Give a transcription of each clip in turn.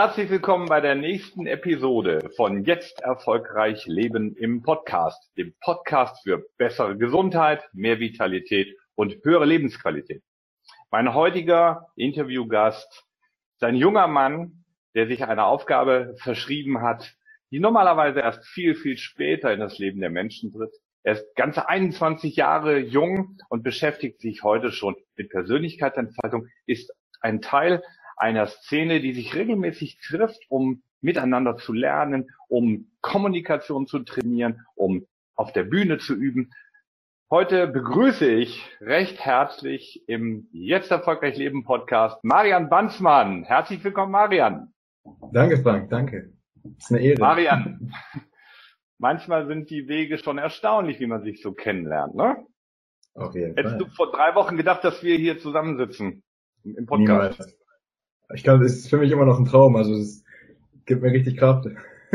Herzlich willkommen bei der nächsten Episode von Jetzt erfolgreich leben im Podcast, dem Podcast für bessere Gesundheit, mehr Vitalität und höhere Lebensqualität. Mein heutiger Interviewgast ist ein junger Mann, der sich einer Aufgabe verschrieben hat, die normalerweise erst viel, viel später in das Leben der Menschen tritt. Er ist ganze 21 Jahre jung und beschäftigt sich heute schon mit Persönlichkeitsentfaltung, ist ein Teil einer Szene, die sich regelmäßig trifft, um miteinander zu lernen, um Kommunikation zu trainieren, um auf der Bühne zu üben. Heute begrüße ich recht herzlich im Jetzt erfolgreich leben Podcast Marian Banzmann. Herzlich willkommen, Marian. Danke, Frank, danke. Das ist eine Ehre. Marian, manchmal sind die Wege schon erstaunlich, wie man sich so kennenlernt, ne? Auf jeden Fall. Hättest du vor 3 Wochen gedacht, dass wir hier zusammensitzen im Podcast? Niemals. Ich glaube, es ist für mich immer noch ein Traum, also es gibt mir richtig Kraft.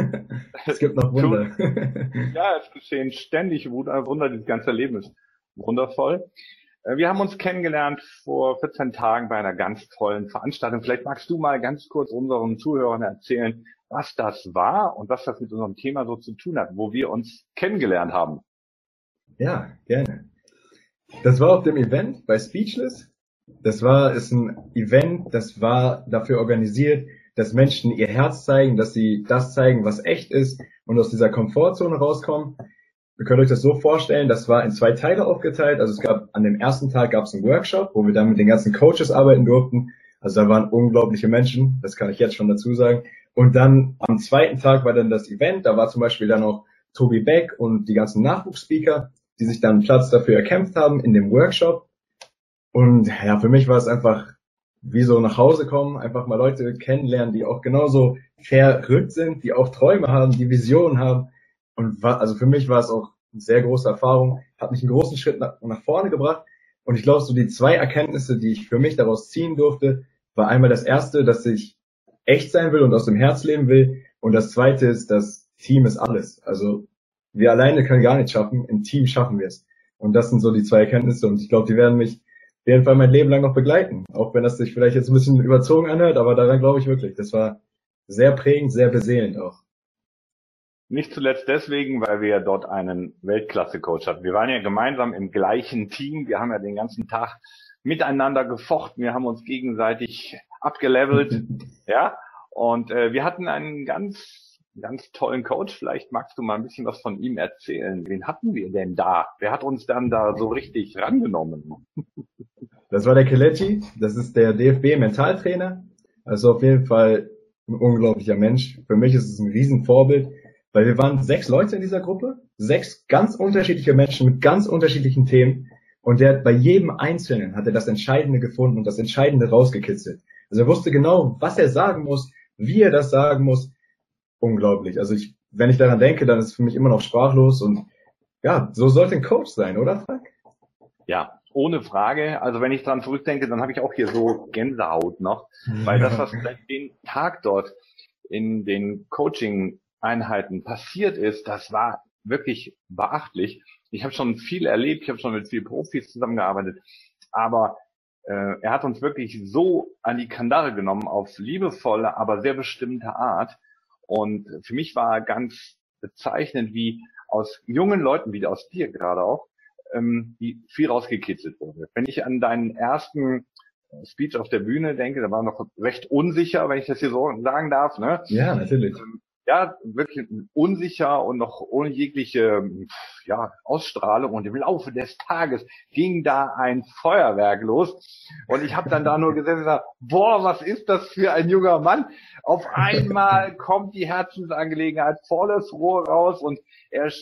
Es gibt noch Wunder. Ja, es geschehen ständig Wunder, dieses ganze Leben ist wundervoll. Wir haben uns kennengelernt vor 14 Tagen bei einer ganz tollen Veranstaltung. Vielleicht magst du mal ganz kurz unseren Zuhörern erzählen, was das war und was das mit unserem Thema so zu tun hat, wo wir uns kennengelernt haben. Ja, gerne. Das war auf dem Event bei Speechless. Ist ein Event, das war dafür organisiert, dass Menschen ihr Herz zeigen, dass sie das zeigen, was echt ist und aus dieser Komfortzone rauskommen. Ihr könnt euch das so vorstellen, das war in 2 Teile aufgeteilt. Also an dem ersten Tag gab es einen Workshop, wo wir dann mit den ganzen Coaches arbeiten durften. Also da waren unglaubliche Menschen, das kann ich jetzt schon dazu sagen. Und dann am zweiten Tag war dann das Event, da war zum Beispiel dann auch Tobi Beck und die ganzen Nachwuchsspeaker, die sich dann einen Platz dafür erkämpft haben in dem Workshop. Und ja, für mich war es einfach wie so nach Hause kommen, einfach mal Leute kennenlernen, die auch genauso verrückt sind, die auch Träume haben, die Visionen haben. Und also für mich war es auch eine sehr große Erfahrung, hat mich einen großen Schritt nach vorne gebracht. Und ich glaube, so die 2 Erkenntnisse, die ich für mich daraus ziehen durfte, war einmal das erste, dass ich echt sein will und aus dem Herz leben will. Und das zweite ist, das Team ist alles. Also wir alleine können gar nichts schaffen, im Team schaffen wir es. Und das sind so die 2 Erkenntnisse. Und ich glaube, die werden mich auf jeden Fall mein Leben lang noch begleiten. Auch wenn das sich vielleicht jetzt ein bisschen überzogen anhört, aber daran glaube ich wirklich. Das war sehr prägend, sehr beseelend auch. Nicht zuletzt deswegen, weil wir dort einen Weltklasse-Coach hatten. Wir waren ja gemeinsam im gleichen Team. Wir haben ja den ganzen Tag miteinander gefochten. Wir haben uns gegenseitig abgelevelt. Ja, und wir hatten einen ganz tollen Coach. Vielleicht magst du mal ein bisschen was von ihm erzählen. Wen hatten wir denn da? Wer hat uns dann da so richtig rangenommen? Das war der Kelechi. Das ist der DFB-Mentaltrainer. Also auf jeden Fall ein unglaublicher Mensch. Für mich ist es ein Riesenvorbild, weil wir waren 6 Leute in dieser Gruppe. 6 ganz unterschiedliche Menschen mit ganz unterschiedlichen Themen. Und der hat bei jedem Einzelnen hat er das Entscheidende gefunden und das Entscheidende rausgekitzelt. Also er wusste genau, was er sagen muss, wie er das sagen muss. Unglaublich. Also wenn ich daran denke, dann ist es für mich immer noch sprachlos und ja, so sollte ein Coach sein, oder Frank? Ja, ohne Frage. Also wenn ich dran zurückdenke, dann habe ich auch hier so Gänsehaut noch, weil das, was seit den Tag dort in den Coaching-Einheiten passiert ist, das war wirklich beachtlich. Ich habe schon viel erlebt, ich habe schon mit vielen Profis zusammengearbeitet, aber er hat uns wirklich so an die Kandare genommen, auf liebevolle, aber sehr bestimmte Art. Und für mich war ganz bezeichnend, wie aus jungen Leuten, wie aus dir gerade auch, wie viel rausgekitzelt wurde. Wenn ich an deinen ersten Speech auf der Bühne denke, da war noch recht unsicher, wenn ich das hier so sagen darf, ne? Ja, natürlich. Ja, wirklich unsicher und noch ohne jegliche Ausstrahlung. Und im Laufe des Tages ging da ein Feuerwerk los. Und ich habe dann da nur gesessen und gesagt, boah, was ist das für ein junger Mann? Auf einmal kommt die Herzensangelegenheit volles Rohr raus und du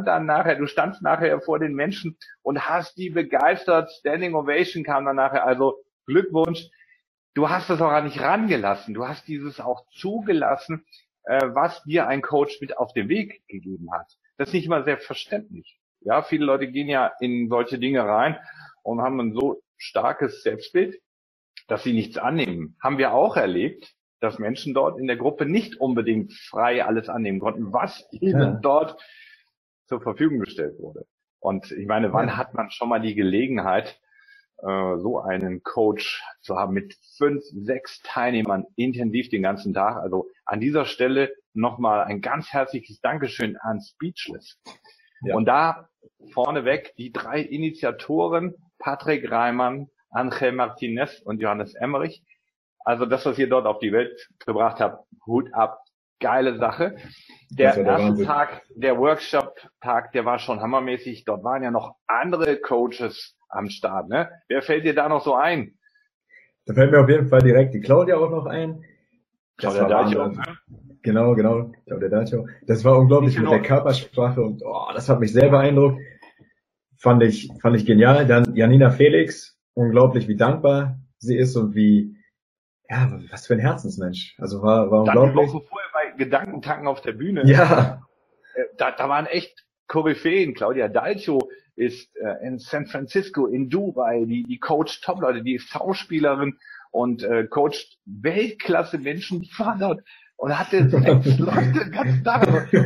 standst nachher vor den Menschen und hast die begeistert. Standing Ovation kam dann nachher. Also Glückwunsch. Du hast das auch gar nicht rangelassen. Du hast dieses auch zugelassen, was dir ein Coach mit auf den Weg gegeben hat. Das ist nicht immer selbstverständlich. Ja, viele Leute gehen ja in solche Dinge rein und haben ein so starkes Selbstbild, dass sie nichts annehmen. Haben wir auch erlebt, dass Menschen dort in der Gruppe nicht unbedingt frei alles annehmen konnten, was ihnen dort zur Verfügung gestellt wurde. Und ich meine, wann hat man schon mal die Gelegenheit, so einen Coach zu haben mit 5, 6 Teilnehmern intensiv den ganzen Tag. Also an dieser Stelle nochmal ein ganz herzliches Dankeschön an Speechless. Ja. Und da vorneweg die 3 Initiatoren, Patrick Reimann, Angel Martinez und Johannes Emmerich. Also das, was ihr dort auf die Welt gebracht habt, Hut ab, geile Sache. Der erste Tag, der Workshop-Tag, der war schon hammermäßig. Dort waren ja noch andere Coaches am Start, ne? Wer fällt dir da noch so ein? Da fällt mir auf jeden Fall direkt die Claudia auch noch ein. Claudia Dacho. Genau, Claudia Dacho. Das war unglaublich mit der Körpersprache und das hat mich sehr beeindruckt. Fand ich genial. Dann Janina Felix, unglaublich wie dankbar sie ist und wie, ja, was für ein Herzensmensch. Also war unglaublich. Dann die Woche vorher bei Gedankentanken auf der Bühne. Ja. Da waren echt Koryphäen. Claudia Dacho ist in San Francisco, in Dubai, die coacht Top-Leute, die ist Schauspielerin und coacht Weltklasse-Menschen, die waren dort und hatte 6 Leute ganz da.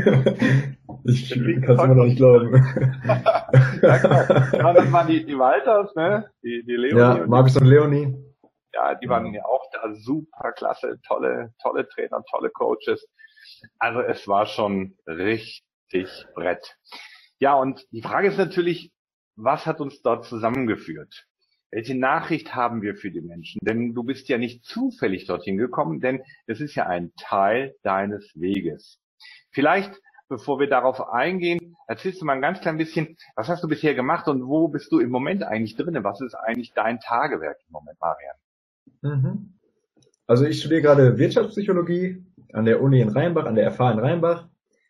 Ich kann es mir noch nicht glauben. Ja, genau. Und dann waren die Walters, ne? Die Leonie. Ja, Markus und Leonie. Ja, die waren ja auch da super klasse, tolle Trainer, tolle Coaches. Also es war schon richtig Brett. Ja, und die Frage ist natürlich, was hat uns dort zusammengeführt? Welche Nachricht haben wir für die Menschen? Denn du bist ja nicht zufällig dorthin gekommen, denn es ist ja ein Teil deines Weges. Vielleicht, bevor wir darauf eingehen, erzählst du mal ein ganz klein bisschen, was hast du bisher gemacht und wo bist du im Moment eigentlich drin? Was ist eigentlich dein Tagewerk im Moment, Marian? Also ich studiere gerade Wirtschaftspsychologie an der Uni in Rheinbach, an der FH in Rheinbach.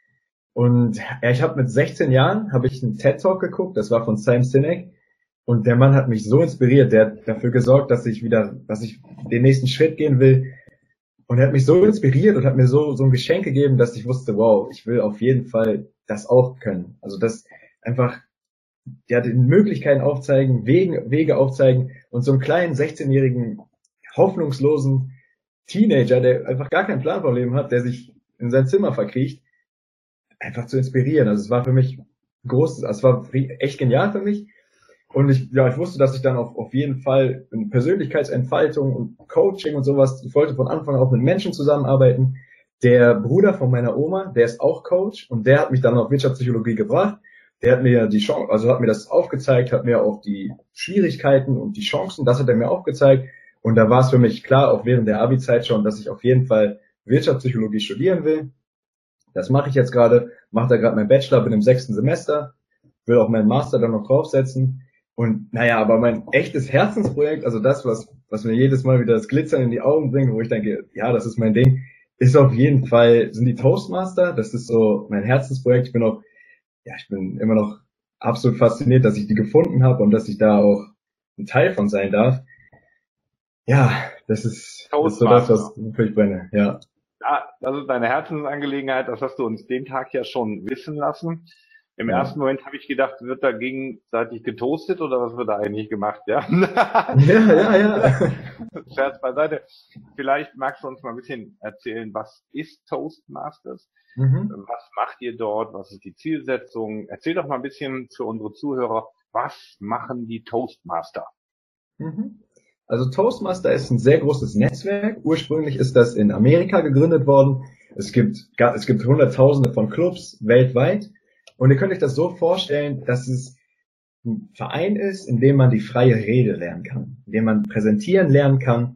Und ich habe mit 16 Jahren einen TED-Talk geguckt, das war von Simon Sinek. Und der Mann hat mich so inspiriert, der hat dafür gesorgt, dass ich den nächsten Schritt gehen will. Und er hat mich so inspiriert und hat mir so ein Geschenk gegeben, dass ich wusste, wow, ich will auf jeden Fall das auch können. Also das einfach, ja, den Möglichkeiten aufzeigen, Wege aufzeigen und so einen kleinen 16-jährigen, hoffnungslosen Teenager, der einfach gar keinen Plan vom Leben hat, der sich in sein Zimmer verkriecht, einfach zu inspirieren. Also es war für mich es war echt genial für mich. Und ich wusste, dass ich dann auf jeden Fall in Persönlichkeitsentfaltung und Coaching und sowas, ich wollte von Anfang an auch mit Menschen zusammenarbeiten. Der Bruder von meiner Oma, der ist auch Coach und der hat mich dann auf Wirtschaftspsychologie gebracht. Der hat mir die Chance, also hat mir das aufgezeigt, hat mir auch die Schwierigkeiten und die Chancen, das hat er mir aufgezeigt. Und da war es für mich klar, auch während der Abi-Zeit schon, dass ich auf jeden Fall Wirtschaftspsychologie studieren will. Das mache ich jetzt gerade, mache da gerade meinen Bachelor, bin im 6. Semester, will auch meinen Master dann noch draufsetzen. Und aber mein echtes Herzensprojekt, also das, was mir jedes Mal wieder das Glitzern in die Augen bringt, wo ich denke, ja, das ist mein Ding, ist auf jeden Fall, sind die Toastmaster. Das ist so mein Herzensprojekt. Ich bin immer noch absolut fasziniert, dass ich die gefunden habe und dass ich da auch ein Teil von sein darf. Ja, das ist so das, wofür ich brenne, ja. Ja, das ist deine Herzensangelegenheit, das hast du uns den Tag ja schon wissen lassen. Im ersten Moment habe ich gedacht, wird da gegenseitig getoastet oder was wird da eigentlich gemacht, ja? Ja. Scherz beiseite. Vielleicht magst du uns mal ein bisschen erzählen, was ist Toastmasters? Was macht ihr dort? Was ist die Zielsetzung? Erzähl doch mal ein bisschen für unsere Zuhörer, was machen die Toastmaster? Also Toastmaster ist ein sehr großes Netzwerk. Ursprünglich ist das in Amerika gegründet worden. Es gibt Hunderttausende von Clubs weltweit. Und ihr könnt euch das so vorstellen, dass es ein Verein ist, in dem man die freie Rede lernen kann, in dem man präsentieren lernen kann.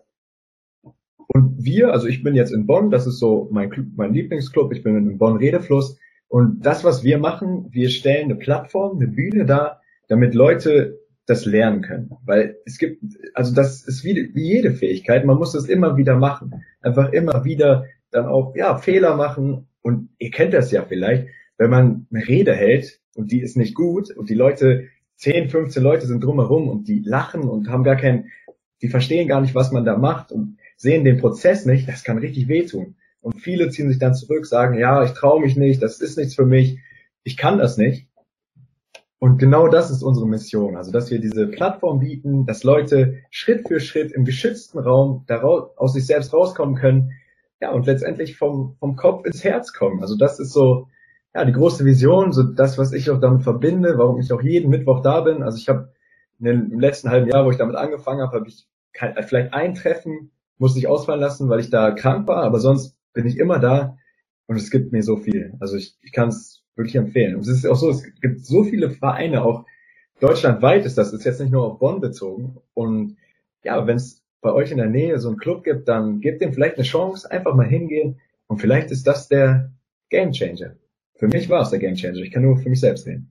Und also ich bin jetzt in Bonn, das ist so mein Lieblingsclub, ich bin in Bonn Redefluss. Und das, was wir machen, wir stellen eine Plattform, eine Bühne dar, damit Leute das lernen können. Weil das ist wie jede Fähigkeit, man muss das immer wieder machen. Einfach immer wieder dann auch, Fehler machen. Und ihr kennt das ja vielleicht, wenn man eine Rede hält und die ist nicht gut und die Leute, 10, 15 Leute sind drumherum und die lachen und haben die verstehen gar nicht, was man da macht und sehen den Prozess nicht, das kann richtig wehtun. Und viele ziehen sich dann zurück, sagen, ja, ich traue mich nicht, das ist nichts für mich, ich kann das nicht. Und genau das ist unsere Mission, also dass wir diese Plattform bieten, dass Leute Schritt für Schritt im geschützten Raum aus sich selbst rauskommen können, und letztendlich vom Kopf ins Herz kommen. Also das ist so, die große Vision, so das, was ich auch damit verbinde, warum ich auch jeden Mittwoch da bin. Also ich habe im letzten halben Jahr, wo ich damit angefangen habe, habe ich vielleicht ein Treffen musste ich ausfallen lassen, weil ich da krank war, aber sonst bin ich immer da und es gibt mir so viel. Also ich kann es wirklich empfehlen. Und es ist auch so, es gibt so viele Vereine, auch deutschlandweit ist jetzt nicht nur auf Bonn bezogen. Und ja, wenn es bei euch in der Nähe so einen Club gibt, dann gebt dem vielleicht eine Chance, einfach mal hingehen und vielleicht ist das der Gamechanger. Für mich war es der Gamechanger. Ich kann nur für mich selbst reden.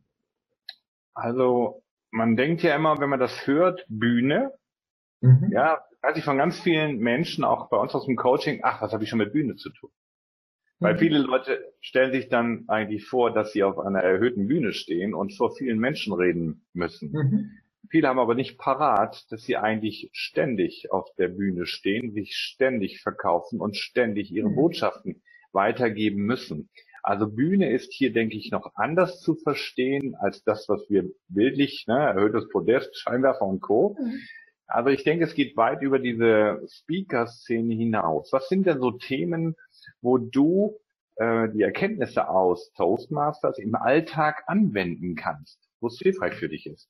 Also man denkt ja immer, wenn man das hört, Bühne, Mhm. ja, weiß ich von ganz vielen Menschen, auch bei uns aus dem Coaching, ach, was habe ich schon mit Bühne zu tun? Weil Mhm. viele Leute stellen sich dann eigentlich vor, dass sie auf einer erhöhten Bühne stehen und vor vielen Menschen reden müssen. Mhm. Viele haben aber nicht parat, dass sie eigentlich ständig auf der Bühne stehen, sich ständig verkaufen und ständig ihre Mhm. Botschaften weitergeben müssen. Also Bühne ist hier, denke ich, noch anders zu verstehen als das, was wir bildlich, ne, erhöhtes Podest, Scheinwerfer und Co. Also ich denke, es geht weit über diese Speaker-Szene hinaus. Was sind denn so Themen, wo du die Erkenntnisse aus Toastmasters im Alltag anwenden kannst, wo es hilfreich für dich ist?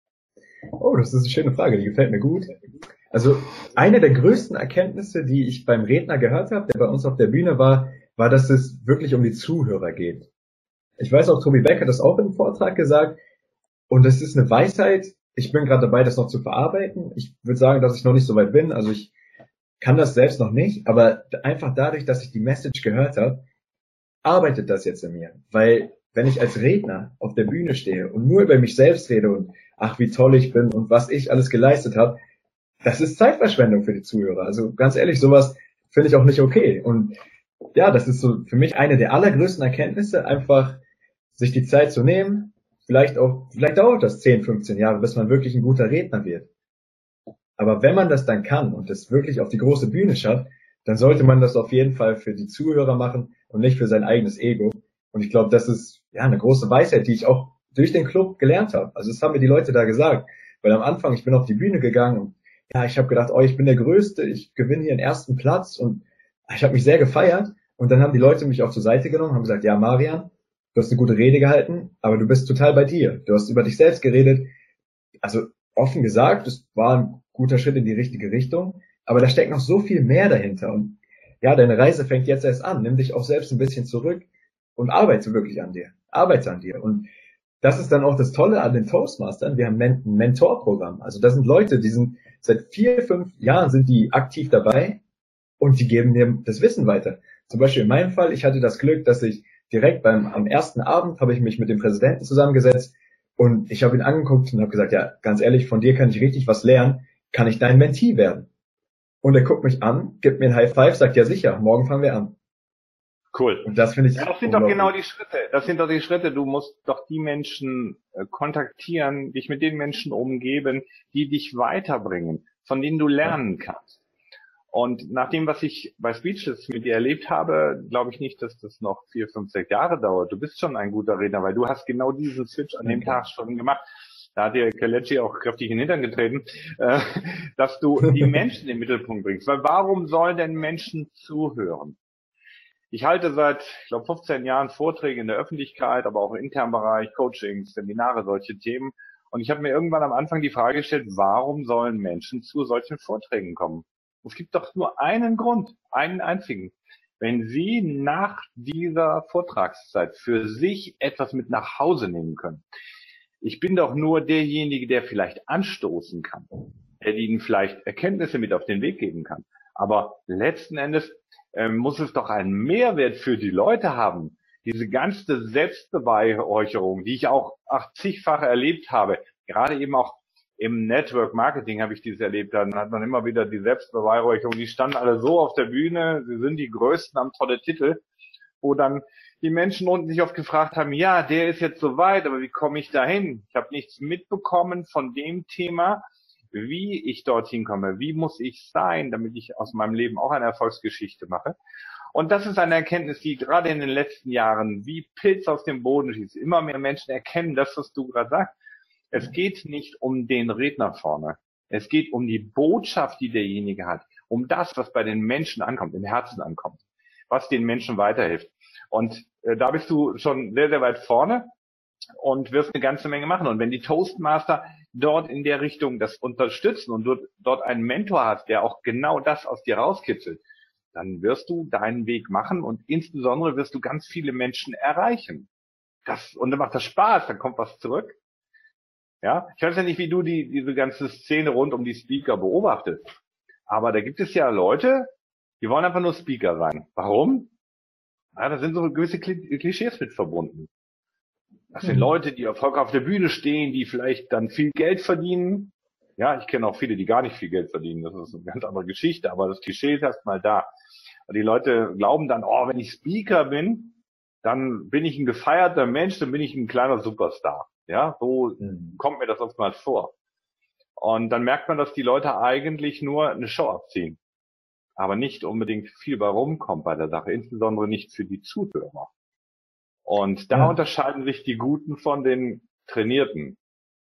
Oh, das ist eine schöne Frage, die gefällt mir gut. Also eine der größten Erkenntnisse, die ich beim Redner gehört habe, der bei uns auf der Bühne war, dass es wirklich um die Zuhörer geht. Ich weiß auch, Tobi Beck hat das auch im Vortrag gesagt. Und das ist eine Weisheit. Ich bin gerade dabei, das noch zu verarbeiten. Ich würde sagen, dass ich noch nicht so weit bin. Also ich kann das selbst noch nicht. Aber einfach dadurch, dass ich die Message gehört habe, arbeitet das jetzt in mir. Weil wenn ich als Redner auf der Bühne stehe und nur über mich selbst rede und ach, wie toll ich bin und was ich alles geleistet habe, das ist Zeitverschwendung für die Zuhörer. Also ganz ehrlich, sowas finde ich auch nicht okay. Und ja, das ist so für mich eine der allergrößten Erkenntnisse, einfach sich die Zeit zu nehmen. Vielleicht dauert das 10, 15 Jahre, bis man wirklich ein guter Redner wird. Aber wenn man das dann kann und das wirklich auf die große Bühne schafft, dann sollte man das auf jeden Fall für die Zuhörer machen und nicht für sein eigenes Ego. Und ich glaube, das ist ja eine große Weisheit, die ich auch durch den Club gelernt habe. Also das haben mir die Leute da gesagt. Weil am Anfang, ich bin auf die Bühne gegangen und ja, ich habe gedacht, oh, ich bin der Größte, ich gewinne hier den ersten Platz und ich habe mich sehr gefeiert. Und dann haben die Leute mich auch zur Seite genommen, haben gesagt, ja, Marian, du hast eine gute Rede gehalten, aber du bist total bei dir. Du hast über dich selbst geredet. Also offen gesagt, es war ein guter Schritt in die richtige Richtung, aber da steckt noch so viel mehr dahinter. Und ja, deine Reise fängt jetzt erst an. Nimm dich auch selbst ein bisschen zurück und arbeite wirklich an dir. Arbeite an dir. Und das ist dann auch das Tolle an den Toastmastern. Wir haben ein Mentorprogramm. Also das sind Leute, die sind seit 4, 5 Jahren sind die aktiv dabei und die geben mir das Wissen weiter. Zum Beispiel in meinem Fall, ich hatte das Glück, dass ich direkt am ersten Abend habe ich mich mit dem Präsidenten zusammengesetzt und ich habe ihn angeguckt und habe gesagt, ja, ganz ehrlich, von dir kann ich richtig was lernen. Kann ich dein Mentee werden? Und er guckt mich an, gibt mir ein High Five, sagt, ja sicher, morgen fangen wir an. Cool. Und das finde Ja, ich das sind doch genau unglaublich. die Schritte. Das sind doch die Schritte. Du musst doch die Menschen kontaktieren, dich mit den Menschen umgeben, die dich weiterbringen, von denen du Ja. lernen kannst. Und nach dem, was ich bei Speechless mit dir erlebt habe, glaube ich nicht, dass das noch 4, 5, 6 Jahre dauert. Du bist schon ein guter Redner, weil du hast genau diesen Switch an dem Danke. Tag schon gemacht. Da hat dir Kelechi auch kräftig in den Hintern getreten, äh, dass du die Menschen im Mittelpunkt bringst. Weil warum sollen denn Menschen zuhören? Ich halte seit, ich glaube, 15 Jahren Vorträge in der Öffentlichkeit, aber auch im internen Bereich, Coachings, Seminare, solche Themen. Und ich habe mir irgendwann am Anfang die Frage gestellt, warum sollen Menschen zu solchen Vorträgen kommen? Es gibt doch nur einen Grund, einen einzigen. Wenn Sie nach dieser Vortragszeit für sich etwas mit nach Hause nehmen können. Ich bin doch nur derjenige, der vielleicht anstoßen kann, der Ihnen vielleicht Erkenntnisse mit auf den Weg geben kann. Aber letzten Endes muss es doch einen Mehrwert für die Leute haben. Diese ganze Selbstbeweihräucherung, die ich auch zigfach erlebt habe, gerade eben auch im Network Marketing habe ich dies erlebt, dann hat man immer wieder die Selbstbeweihräucherung, die standen alle so auf der Bühne, sie sind die Größten, haben tolle Titel, wo dann die Menschen unten sich oft gefragt haben, ja, der ist jetzt so weit, aber wie komme ich dahin? Ich habe nichts mitbekommen von dem Thema, wie ich dorthin komme, wie muss ich sein, damit ich aus meinem Leben auch eine Erfolgsgeschichte mache. Und das ist eine Erkenntnis, die gerade in den letzten Jahren wie Pilz aus dem Boden schießt. Immer mehr Menschen erkennen das, was du gerade sagst. Es geht nicht um den Redner vorne. Es geht um die Botschaft, die derjenige hat, um das, was bei den Menschen ankommt, im Herzen ankommt, was den Menschen weiterhilft. Und da bist du schon sehr, sehr weit vorne. und wirst eine ganze Menge machen. Und wenn die Toastmaster dort in der Richtung das unterstützen und du dort einen Mentor hast, der auch genau das aus dir rauskitzelt, dann wirst du deinen Weg machen und insbesondere wirst du ganz viele Menschen erreichen. Und dann macht das Spaß, dann kommt was zurück. Ja, ich weiß ja nicht, wie du diese ganze Szene rund um die Speaker beobachtest. Aber da gibt es ja Leute, die wollen einfach nur Speaker sein. Warum? Ja, da sind so gewisse Klischees mit verbunden. Das sind Leute, die erfolgreich auf der Bühne stehen, die vielleicht dann viel Geld verdienen. Ja, ich kenne auch viele, die gar nicht viel Geld verdienen. Das ist eine ganz andere Geschichte, aber das Klischee ist erstmal da. Und die Leute glauben dann, oh, wenn ich Speaker bin, dann bin ich ein gefeierter Mensch, dann bin ich ein kleiner Superstar. Ja, so kommt mir das oftmals vor. Und dann merkt man, dass die Leute eigentlich nur eine Show abziehen, aber nicht unbedingt viel bei rumkommt bei der Sache, insbesondere nicht für die Zuhörer. Und da unterscheiden sich die Guten von den Trainierten.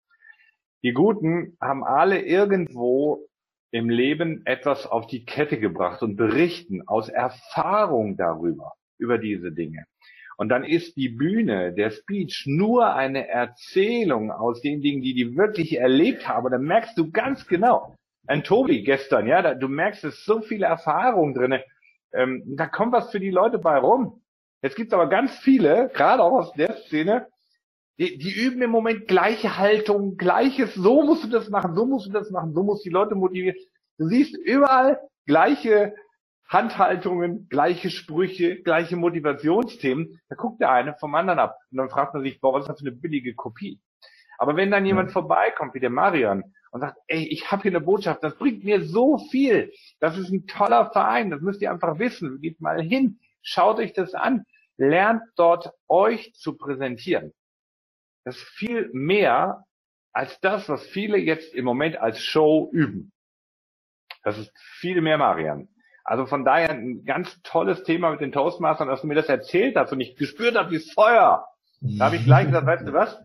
Die Guten haben alle irgendwo im Leben etwas auf die Kette gebracht und berichten aus Erfahrung darüber, über diese Dinge. Und dann ist die Bühne, der Speech, nur eine Erzählung aus den Dingen, die wirklich erlebt haben. Da merkst du ganz genau, ein Tobi gestern, ja, du merkst, es ist so viele Erfahrungen drinne. Da kommt was für die Leute bei rum. Jetzt gibt's aber ganz viele, gerade auch aus der Szene, die üben im Moment gleiche Haltung, gleiches, so musst du das machen, so musst du das machen, so musst du die Leute motivieren. Du siehst überall gleiche Handhaltungen, gleiche Sprüche, gleiche Motivationsthemen. Da guckt der eine vom anderen ab. Und dann fragt man sich, boah, was ist das für eine billige Kopie? Aber wenn dann jemand vorbeikommt, wie der Marian, und sagt, ey, ich habe hier eine Botschaft, das bringt mir so viel. Das ist ein toller Verein, das müsst ihr einfach wissen. Geht mal hin, schaut euch das an, lernt dort euch zu präsentieren. Das ist viel mehr als das, was viele jetzt im Moment als Show üben. Das ist viel mehr, Marian. Also von daher ein ganz tolles Thema mit den Toastmastern, dass du mir das erzählt hast und ich gespürt habe, dieses Feuer. Da habe ich gleich gesagt, weißt du was,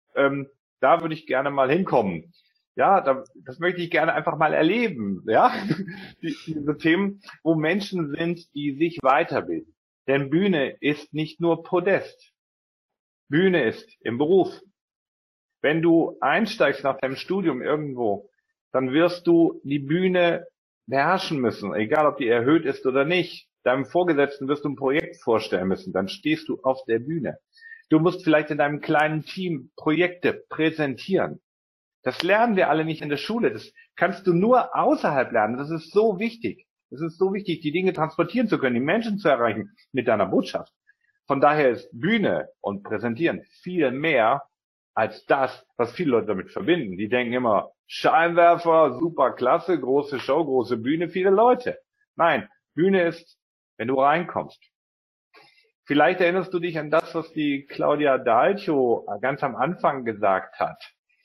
da würde ich gerne mal hinkommen. Ja, das möchte ich gerne einfach mal erleben. Ja, diese Themen, wo Menschen sind, die sich weiterbilden. Denn Bühne ist nicht nur Podest. Bühne ist im Beruf. Wenn du einsteigst nach deinem Studium irgendwo, dann wirst du die Bühne beherrschen müssen, egal ob die erhöht ist oder nicht. Deinem Vorgesetzten wirst du ein Projekt vorstellen müssen, dann stehst du auf der Bühne. Du musst vielleicht in deinem kleinen Team Projekte präsentieren. Das lernen wir alle nicht in der Schule. Das kannst du nur außerhalb lernen. Das ist so wichtig. Es ist so wichtig, die Dinge transportieren zu können, die Menschen zu erreichen mit deiner Botschaft. Von daher ist Bühne und Präsentieren viel mehr als das, was viele Leute damit verbinden. Die denken immer, Scheinwerfer, super klasse, große Show, große Bühne, viele Leute. Nein, Bühne ist, wenn du reinkommst. Vielleicht erinnerst du dich an das, was die Claudia Dalcio ganz am Anfang gesagt hat.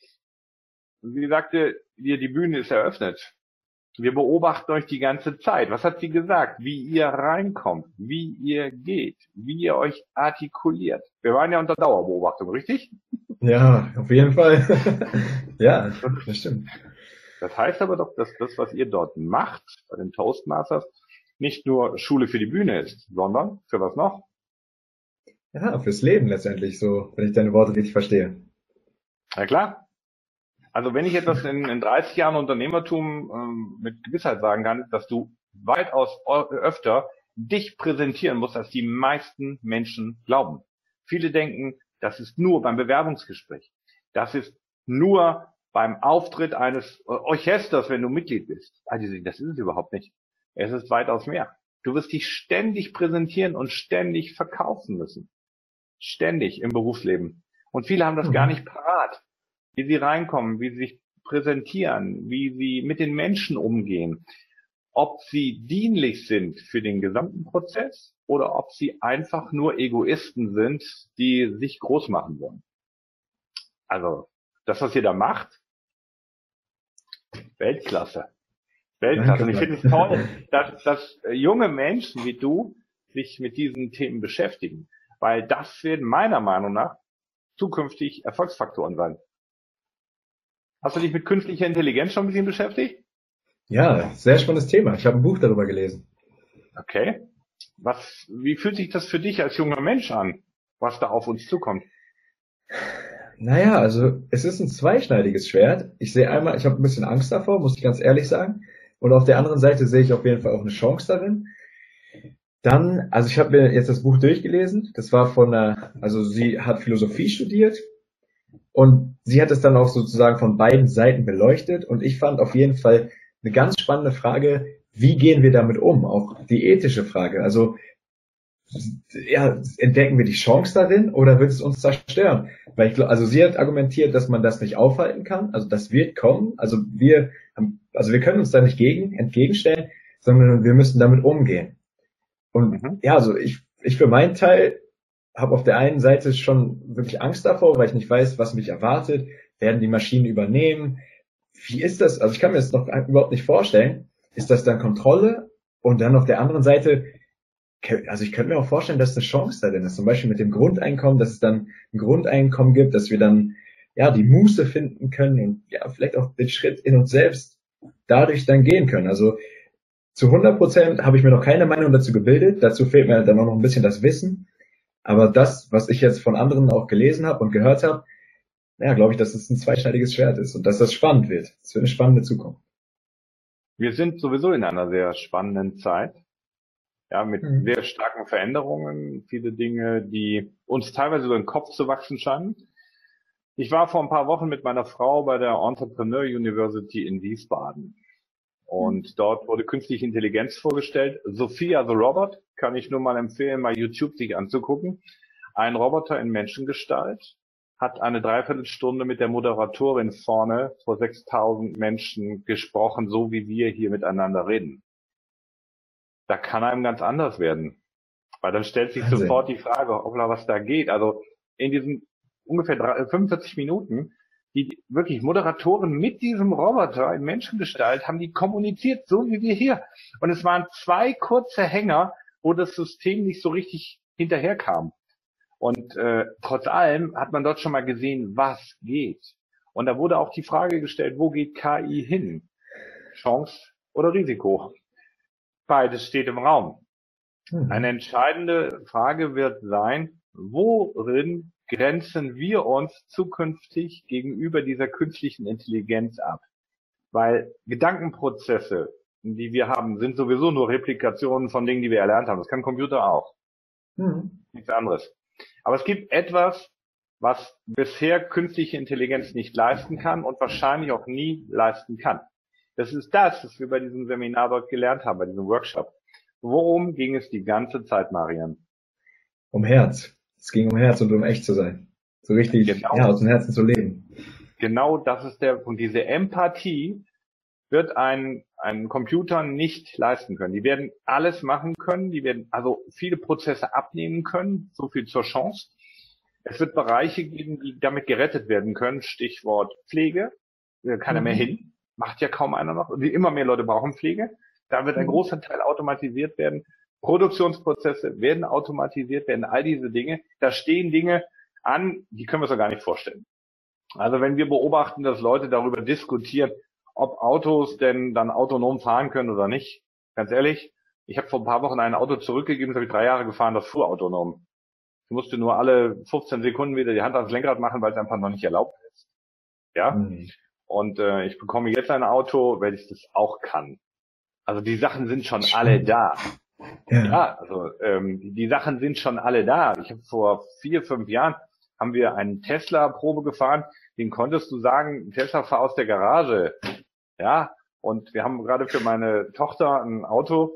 Sie sagte, die Bühne ist eröffnet. Wir beobachten euch die ganze Zeit. Was hat sie gesagt? Wie ihr reinkommt, wie ihr geht, wie ihr euch artikuliert. Wir waren ja unter Dauerbeobachtung, richtig? Ja, auf jeden Fall. Ja, das stimmt. Das heißt aber doch, dass das, was ihr dort macht, bei den Toastmasters, nicht nur Schule für die Bühne ist, sondern für was noch? Ja, fürs Leben letztendlich, so, wenn ich deine Worte richtig verstehe. Na klar. Also wenn ich etwas in 30 Jahren Unternehmertum mit Gewissheit sagen kann, dass du weitaus öfter dich präsentieren musst, als die meisten Menschen glauben. Viele denken, das ist nur beim Bewerbungsgespräch. Das ist nur beim Auftritt eines Orchesters, wenn du Mitglied bist. Also das ist es überhaupt nicht. Es ist weitaus mehr. Du wirst dich ständig präsentieren und ständig verkaufen müssen. Ständig im Berufsleben. Und viele haben das gar nicht parat. Wie sie reinkommen, wie sie sich präsentieren, wie sie mit den Menschen umgehen, ob sie dienlich sind für den gesamten Prozess oder ob sie einfach nur Egoisten sind, die sich groß machen wollen. Also das, was ihr da macht, Weltklasse. Weltklasse. Und ich finde es toll, dass junge Menschen wie du sich mit diesen Themen beschäftigen, weil das werden meiner Meinung nach zukünftig Erfolgsfaktoren sein. Hast du dich mit künstlicher Intelligenz schon ein bisschen beschäftigt? Ja, sehr spannendes Thema. Ich habe ein Buch darüber gelesen. Okay. Wie fühlt sich das für dich als junger Mensch an, was da auf uns zukommt? Naja, also es ist ein zweischneidiges Schwert. Ich sehe einmal, ich habe ein bisschen Angst davor, muss ich ganz ehrlich sagen. Und auf der anderen Seite sehe ich auf jeden Fall auch eine Chance darin. Dann, also ich habe mir jetzt das Buch durchgelesen. Das war von einer, also sie hat Philosophie studiert und sie hat es dann auch sozusagen von beiden Seiten beleuchtet. Und ich fand auf jeden Fall eine ganz spannende Frage, wie gehen wir damit um? Auch die ethische Frage. Also ja, entdecken wir die Chance darin oder wird es uns zerstören? Weil ich glaube, also sie hat argumentiert, dass man das nicht aufhalten kann, also das wird kommen, also wir können uns da nicht entgegenstellen, sondern wir müssen damit umgehen. Und Mhm. ja, also ich für meinen Teil habe auf der einen Seite schon wirklich Angst davor, weil ich nicht weiß, was mich erwartet, werden die Maschinen übernehmen, wie ist das? Also ich kann mir das noch überhaupt nicht vorstellen. Ist das dann Kontrolle? Und dann auf der anderen Seite, also ich könnte mir auch vorstellen, dass eine Chance darin ist, zum Beispiel mit dem Grundeinkommen, dass es dann ein Grundeinkommen gibt, dass wir dann ja die Muße finden können und ja vielleicht auch den Schritt in uns selbst dadurch dann gehen können. Also zu 100% habe ich mir noch keine Meinung dazu gebildet. Dazu fehlt mir dann auch noch ein bisschen das Wissen. Aber das, was ich jetzt von anderen auch gelesen habe und gehört habe, ja, glaube ich, dass es ein zweischneidiges Schwert ist und dass das spannend wird. Es wird eine spannende Zukunft. Wir sind sowieso in einer sehr spannenden Zeit, ja, mit Mhm. sehr starken Veränderungen, viele Dinge, die uns teilweise über den Kopf zu wachsen scheinen. Ich war vor ein paar Wochen mit meiner Frau bei der Entrepreneur University in Wiesbaden. Und dort wurde künstliche Intelligenz vorgestellt. Sophia the Robot, kann ich nur mal empfehlen, mal YouTube sich anzugucken. Ein Roboter in Menschengestalt hat eine Dreiviertelstunde mit der Moderatorin vorne vor 6000 Menschen gesprochen, so wie wir hier miteinander reden. Da kann einem ganz anders werden. Weil dann stellt sich Wahnsinn. sofort die Frage, ob da was da geht. Also in diesen ungefähr 45 Minuten, die wirklich Moderatoren mit diesem Roboter in Menschengestalt haben die kommuniziert, so wie wir hier. Und es waren 2 kurze Hänger, wo das System nicht so richtig hinterherkam. Und trotz allem hat man dort schon mal gesehen, was geht. Und da wurde auch die Frage gestellt, wo geht KI hin? Chance oder Risiko? Beides steht im Raum. Eine Mhm. entscheidende Frage wird sein, worin grenzen wir uns zukünftig gegenüber dieser künstlichen Intelligenz ab? Weil Gedankenprozesse, die wir haben, sind sowieso nur Replikationen von Dingen, die wir erlernt haben. Das kann ein Computer auch. Mhm. Nichts anderes. Aber es gibt etwas, was bisher künstliche Intelligenz nicht leisten kann und wahrscheinlich auch nie leisten kann. Das ist das, was wir bei diesem Seminar dort gelernt haben, bei diesem Workshop. Worum ging es die ganze Zeit, Marian? Um Herz. Es ging um Herz und um echt zu sein. So richtig, ja, Genau, aus dem Herzen zu leben. genau das ist der Punkt. Diese Empathie wird ein Computer nicht leisten können. Die werden alles machen können, die werden also viele Prozesse abnehmen können, so viel zur Chance. Es wird Bereiche geben, die damit gerettet werden können. Stichwort Pflege. Keiner mehr Mhm. hin. Macht ja kaum einer noch. Wie immer mehr Leute brauchen Pflege. Da wird ein Mhm. großer Teil automatisiert werden. Produktionsprozesse werden automatisiert werden. All diese Dinge. Da stehen Dinge an, die können wir uns doch gar nicht vorstellen. Also wenn wir beobachten, dass Leute darüber diskutieren, ob Autos denn dann autonom fahren können oder nicht. Ganz ehrlich, ich habe vor ein paar Wochen ein Auto zurückgegeben, das habe ich 3 Jahre gefahren, das fuhr autonom. Ich musste nur alle 15 Sekunden wieder die Hand ans Lenkrad machen, weil es einfach noch nicht erlaubt ist. Ja. Mhm. Und ich bekomme jetzt ein Auto, weil ich das auch kann. Also die Sachen sind schon alle Spannend. da. Ja. Ja, also die Sachen sind schon alle da. Ich habe vor 4, 5 Jahren haben wir einen Tesla Probe gefahren, den konntest du sagen, Tesla fahr aus der Garage. Ja, und wir haben gerade für meine Tochter ein Auto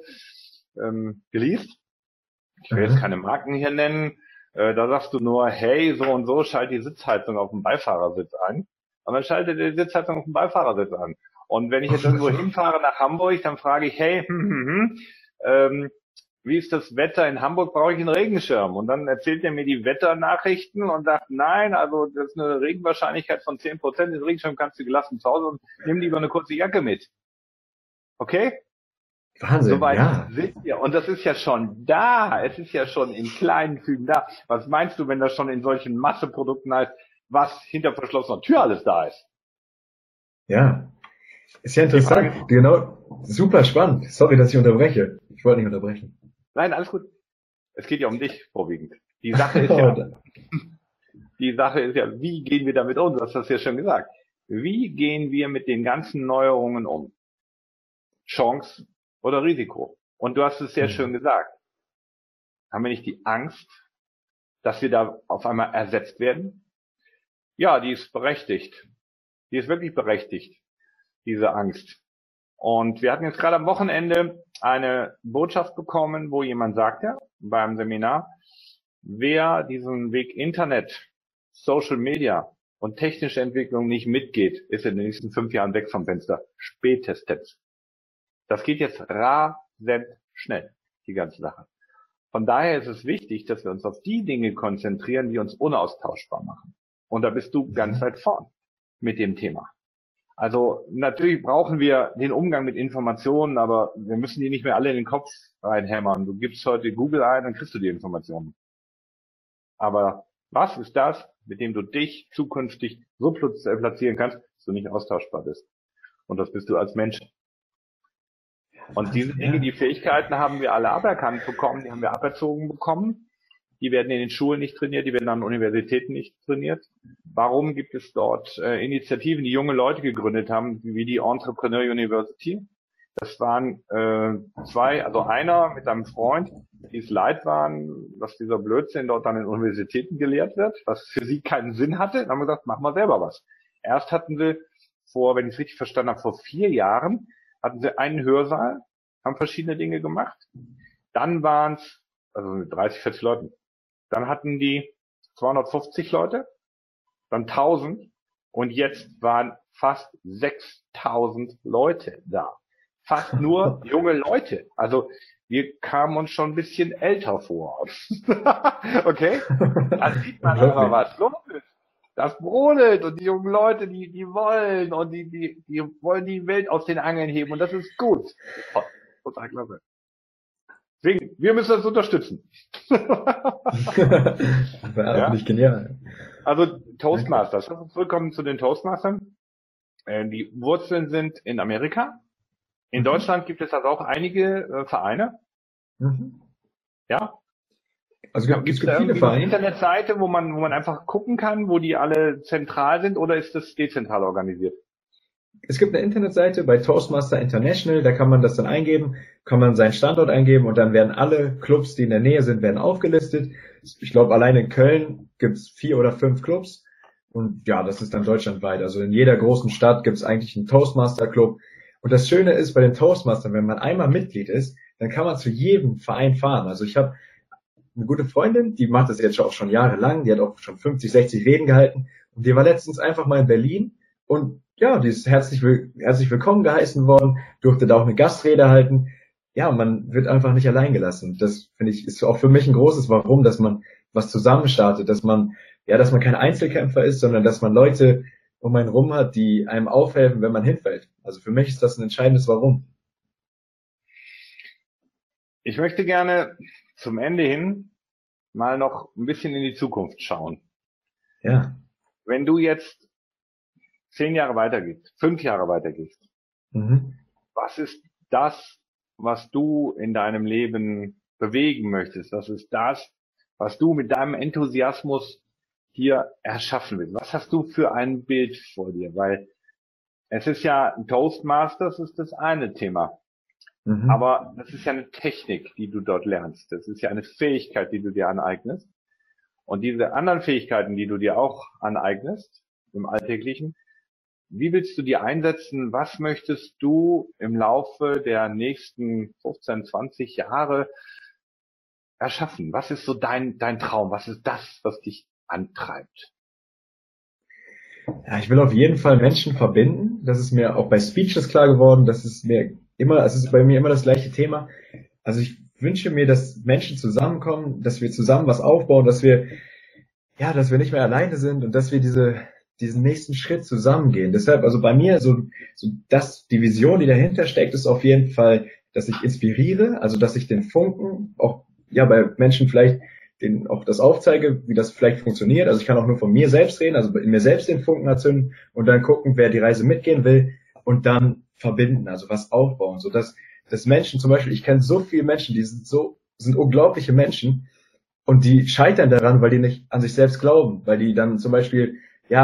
geleast. Ich will jetzt Aha. keine Marken hier nennen. Da sagst du nur, hey, so und so, schalt die Sitzheizung auf dem Beifahrersitz ein. Und dann schaltet die Sitzheizung auf dem Beifahrersitz an. Und wenn ich jetzt irgendwo hinfahre nach Hamburg, dann frage ich, hey, wie ist das Wetter in Hamburg? Brauche ich einen Regenschirm? Und dann erzählt er mir die Wetternachrichten und sagt, nein, also das ist eine Regenwahrscheinlichkeit von 10%. Den Regenschirm kannst du gelassen zu Hause und nimm lieber eine kurze Jacke mit. Okay? Wahnsinn, Soweit ja. sind wir. Und das ist ja schon da. Es ist ja schon in kleinen Zügen da. Was meinst du, wenn das schon in solchen Masseprodukten heißt, was hinter verschlossener Tür alles da ist? Ja. Ist ja Die Frage interessant. ist, Genau. Super spannend. Sorry, dass ich unterbreche. Ich wollte nicht unterbrechen. nein, alles gut. Es geht ja um dich vorwiegend. Die Sache ist ja, die Sache ist ja, wie gehen wir damit um? Du hast das ja schon gesagt. Wie gehen wir mit den ganzen Neuerungen um? Chance oder Risiko? Und du hast es sehr schön gesagt. Haben wir nicht die Angst, dass wir da auf einmal ersetzt werden? Ja, die ist berechtigt. Die ist wirklich berechtigt, diese Angst. Und wir hatten jetzt gerade am Wochenende eine Botschaft bekommen, wo jemand sagte, beim Seminar, wer diesen Weg Internet, Social Media und technische Entwicklung nicht mitgeht, ist in den nächsten 5 Jahren weg vom Fenster. Spätestens. Das geht jetzt rasend schnell, die ganze Sache. Von daher ist es wichtig, dass wir uns auf die Dinge konzentrieren, die uns unaustauschbar machen. Und da bist du ganz weit vorn mit dem Thema. Also natürlich brauchen wir den Umgang mit Informationen, aber wir müssen die nicht mehr alle in den Kopf reinhämmern. Du gibst heute Google ein, dann kriegst du die Informationen. Aber was ist das, mit dem du dich zukünftig so platzieren kannst, dass du nicht austauschbar bist? Und das bist du als Mensch. Und diese Dinge, die Fähigkeiten haben wir alle aberkannt bekommen, die haben wir aberzogen bekommen. Die werden in den Schulen nicht trainiert, die werden an Universitäten nicht trainiert. Warum gibt es dort Initiativen, die junge Leute gegründet haben, wie die Entrepreneur University? Das waren zwei, also einer mit einem Freund, die es leid waren, dass dieser Blödsinn dort an den Universitäten gelehrt wird, was für sie keinen Sinn hatte. Dann haben wir gesagt, machen wir selber was. Erst hatten sie vor, wenn ich es richtig verstanden habe, vor 4 Jahren, hatten sie einen Hörsaal, haben verschiedene Dinge gemacht. Dann waren es, also mit 30, 40 Leuten. Dann hatten die 250 Leute, dann 1000 und jetzt waren fast 6000 Leute da. Fast nur junge Leute. Also wir kamen uns schon ein bisschen älter vor. Okay? Da sieht man aber, was los ist. Das brodelt und die jungen Leute, die wollen und die wollen die Welt aus den Angeln heben und das ist gut. Total klasse. Deswegen, wir müssen das unterstützen. Ja? Nicht genial. Also Toastmasters. Zurückkommen zu den Toastmastern. Die Wurzeln sind in Amerika. In Deutschland gibt es also auch einige Vereine. Ja. Also gibt es da viele Vereine. Eine Internetseite, wo man einfach gucken kann, wo die alle zentral sind, oder ist das dezentral organisiert? Es gibt eine Internetseite bei Toastmaster International, da kann man das dann eingeben, kann man seinen Standort eingeben und dann werden alle Clubs, die in der Nähe sind, werden aufgelistet. Ich glaube, allein in Köln gibt es 4 oder 5 Clubs und ja, das ist dann deutschlandweit. Also in jeder großen Stadt gibt es eigentlich einen Toastmaster Club. Und das Schöne ist bei den Toastmastern, wenn man einmal Mitglied ist, dann kann man zu jedem Verein fahren. Also ich habe eine gute Freundin, die macht das jetzt auch schon jahrelang, die hat auch schon 50, 60 Reden gehalten und die war letztens einfach mal in Berlin und ja, die ist herzlich willkommen geheißen worden, durfte da auch eine Gastrede halten. Ja, man wird einfach nicht allein gelassen. Das finde ich ist auch für mich ein großes Warum, dass man was zusammen startet, dass man kein Einzelkämpfer ist, sondern dass man Leute um einen rum hat, die einem aufhelfen, wenn man hinfällt. Also für mich ist das ein entscheidendes Warum. Ich möchte gerne zum Ende hin mal noch ein bisschen in die Zukunft schauen. Ja. Wenn du jetzt 10 Jahre weitergehst, 5 Jahre weitergehst, was ist das, was du in deinem Leben bewegen möchtest? Was ist das, was du mit deinem Enthusiasmus hier erschaffen willst? Was hast du für ein Bild vor dir? Weil es ist ja, Toastmasters ist das eine Thema. Aber das ist ja eine Technik, die du dort lernst. Das ist ja eine Fähigkeit, die du dir aneignest. Und diese anderen Fähigkeiten, die du dir auch aneignest im Alltäglichen, wie willst du die einsetzen? Was möchtest du im Laufe der nächsten 15, 20 Jahre erschaffen? Was ist so dein Traum? Was ist das, was dich antreibt? Ja, ich will auf jeden Fall Menschen verbinden. Das ist mir auch bei Speeches klar geworden. Es ist bei mir immer das gleiche Thema. Also ich wünsche mir, dass Menschen zusammenkommen, dass wir zusammen was aufbauen, dass wir nicht mehr alleine sind und dass wir diesen nächsten Schritt zusammengehen. Deshalb, also bei mir, die Vision, die dahinter steckt, ist auf jeden Fall, dass ich inspiriere, also dass ich den Funken auch, bei Menschen vielleicht auch das aufzeige, wie das vielleicht funktioniert. Also ich kann auch nur von mir selbst reden, also in mir selbst den Funken erzünden und dann gucken, wer die Reise mitgehen will und dann verbinden, also was aufbauen, sodass Menschen zum Beispiel, ich kenne so viele Menschen, die sind unglaubliche Menschen Und die scheitern daran, weil die nicht an sich selbst glauben, weil die dann zum Beispiel,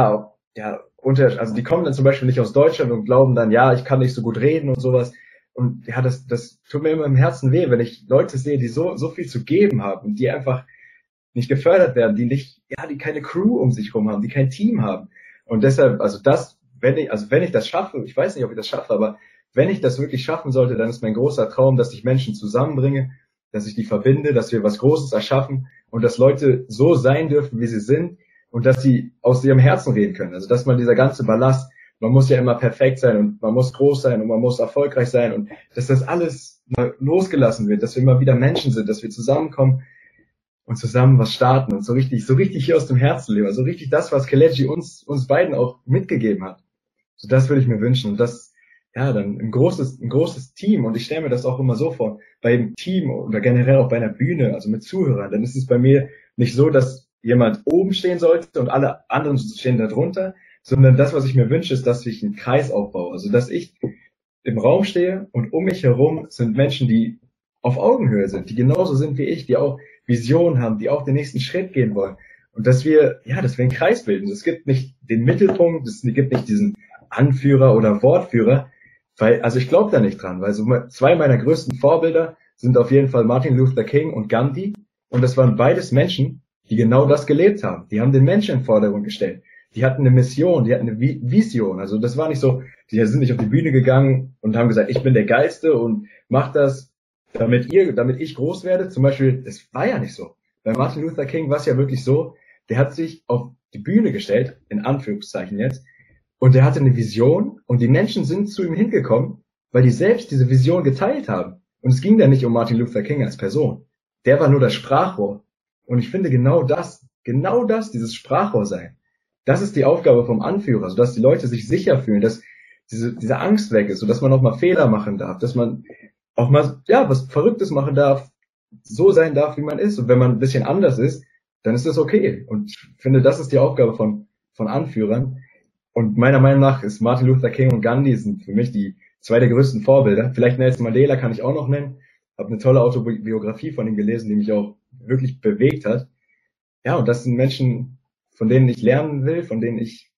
also die kommen dann zum Beispiel nicht aus Deutschland und glauben dann, ja, ich kann nicht so gut reden und sowas. Und ja, das tut mir immer im Herzen weh, wenn ich Leute sehe, die so viel zu geben haben und die einfach nicht gefördert werden, die keine Crew um sich rum haben, die kein Team haben. Und deshalb, wenn ich das schaffe, ich weiß nicht, ob ich das schaffe, aber wenn ich das wirklich schaffen sollte, dann ist mein großer Traum, dass ich Menschen zusammenbringe, dass ich die verbinde, dass wir was Großes erschaffen und dass Leute so sein dürfen, wie sie sind und dass sie aus ihrem Herzen reden können. Also dass man dieser ganze Ballast, man muss ja immer perfekt sein und man muss groß sein und man muss erfolgreich sein und dass das alles mal losgelassen wird, dass wir immer wieder Menschen sind, dass wir zusammenkommen und zusammen was starten und so richtig hier aus dem Herzen leben. Also richtig das, was Kelechi uns beiden auch mitgegeben hat. So das würde ich mir wünschen und das, ja, dann ein großes Team und ich stelle mir das auch immer so vor, beim Team oder generell auch bei einer Bühne, also mit Zuhörern, dann ist es bei mir nicht so, dass jemand oben stehen sollte und alle anderen stehen da drunter, sondern das, was ich mir wünsche, ist, dass ich einen Kreis aufbaue, also dass ich im Raum stehe und um mich herum sind Menschen, die auf Augenhöhe sind, die genauso sind wie ich, die auch Visionen haben, die auch den nächsten Schritt gehen wollen und dass wir einen Kreis bilden. Es gibt nicht den Mittelpunkt, es gibt nicht diesen Anführer oder Wortführer, also ich glaube da nicht dran, weil so zwei meiner größten Vorbilder sind auf jeden Fall Martin Luther King und Gandhi und das waren beides Menschen, die genau das gelebt haben. Die haben den Menschen in den Vordergrund gestellt. Die hatten eine Mission, die hatten eine Vision. Also das war nicht so, die sind nicht auf die Bühne gegangen und haben gesagt, ich bin der Geilste und mach das, damit ich groß werde. Zum Beispiel, das war ja nicht so. Bei Martin Luther King war es ja wirklich so, der hat sich auf die Bühne gestellt, in Anführungszeichen jetzt, und er hatte eine Vision und die Menschen sind zu ihm hingekommen, weil die selbst diese Vision geteilt haben. Und es ging da nicht um Martin Luther King als Person. Der war nur das Sprachrohr. Und ich finde genau das, dieses Sprachrohr sein, das ist die Aufgabe vom Anführer, sodass die Leute sich sicher fühlen, dass diese Angst weg ist, sodass man auch mal Fehler machen darf, dass man auch mal, ja, was Verrücktes machen darf, so sein darf, wie man ist. Und wenn man ein bisschen anders ist, dann ist das okay. Und ich finde, das ist die Aufgabe von Anführern. Und meiner Meinung nach ist Martin Luther King und Gandhi sind für mich die zwei der größten Vorbilder. Vielleicht Nelson Mandela kann ich auch noch nennen. Habe eine tolle Autobiografie von ihm gelesen, die mich auch wirklich bewegt hat. Ja, und das sind Menschen, von denen ich lernen will, von denen ich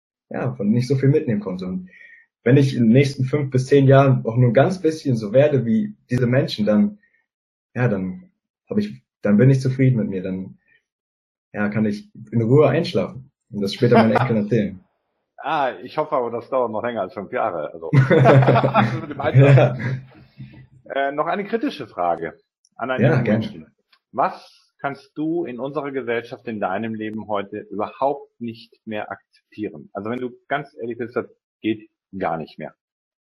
so viel mitnehmen konnte. Und wenn ich in den nächsten 5 bis 10 Jahren auch nur ein ganz bisschen so werde wie diese Menschen, dann bin ich zufrieden mit mir. Dann, ja, kann ich in Ruhe einschlafen und das später meinen Enkeln erzählen. Ich hoffe aber, das dauert noch länger als 5 Jahre. Also. Noch eine kritische Frage an einen jungen Menschen. Was kannst du in unserer Gesellschaft, in deinem Leben heute überhaupt nicht mehr akzeptieren? Also wenn du ganz ehrlich bist, das geht gar nicht mehr.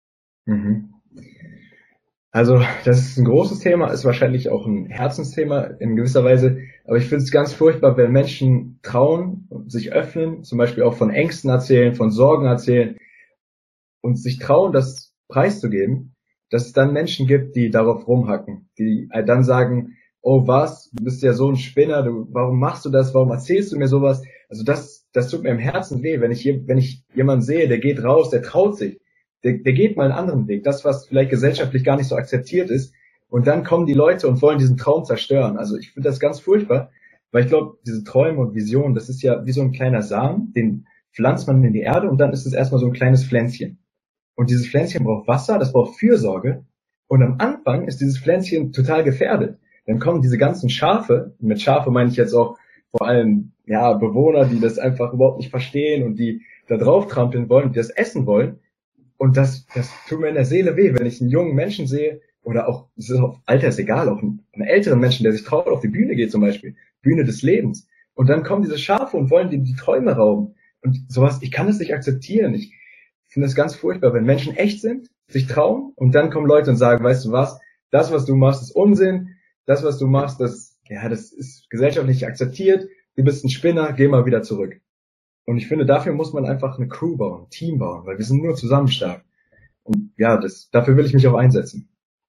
Also das ist ein großes Thema, ist wahrscheinlich auch ein Herzensthema in gewisser Weise, aber ich finde es ganz furchtbar, wenn Menschen trauen und sich öffnen, zum Beispiel auch von Ängsten erzählen, von Sorgen erzählen und sich trauen, das preiszugeben, dass es dann Menschen gibt, die darauf rumhacken, die dann sagen, oh was, du bist ja so ein Spinner, warum machst du das, warum erzählst du mir sowas? Also das tut mir im Herzen weh, wenn ich jemanden sehe, der geht raus, der traut sich, der geht mal einen anderen Weg, das, was vielleicht gesellschaftlich gar nicht so akzeptiert ist, und dann kommen die Leute und wollen diesen Traum zerstören. Also ich finde das ganz furchtbar, weil ich glaube, diese Träume und Visionen, das ist ja wie so ein kleiner Samen, den pflanzt man in die Erde und dann ist es erstmal so ein kleines Pflänzchen. Und dieses Pflänzchen braucht Wasser, das braucht Fürsorge, und am Anfang ist dieses Pflänzchen total gefährdet. Dann kommen diese ganzen Schafe, mit Schafe meine ich jetzt auch vor allem Bewohner, die das einfach überhaupt nicht verstehen und die da drauf trampeln wollen, die das essen wollen. Und das tut mir in der Seele weh, wenn ich einen jungen Menschen sehe, oder auch, Alter ist egal, auch einen älteren Menschen, der sich traut, auf die Bühne geht zum Beispiel, Bühne des Lebens. Und dann kommen diese Schafe und wollen die Träume rauben. Und sowas, ich kann das nicht akzeptieren. Ich finde es ganz furchtbar, wenn Menschen echt sind, sich trauen, und dann kommen Leute und sagen, weißt du was, das, was du machst, ist Unsinn, das, was du machst, das ist gesellschaftlich akzeptiert, du bist ein Spinner, geh mal wieder zurück. Und ich finde, dafür muss man einfach eine Crew bauen, ein Team bauen, weil wir sind nur zusammen stark. Und ja, dafür will ich mich auch einsetzen.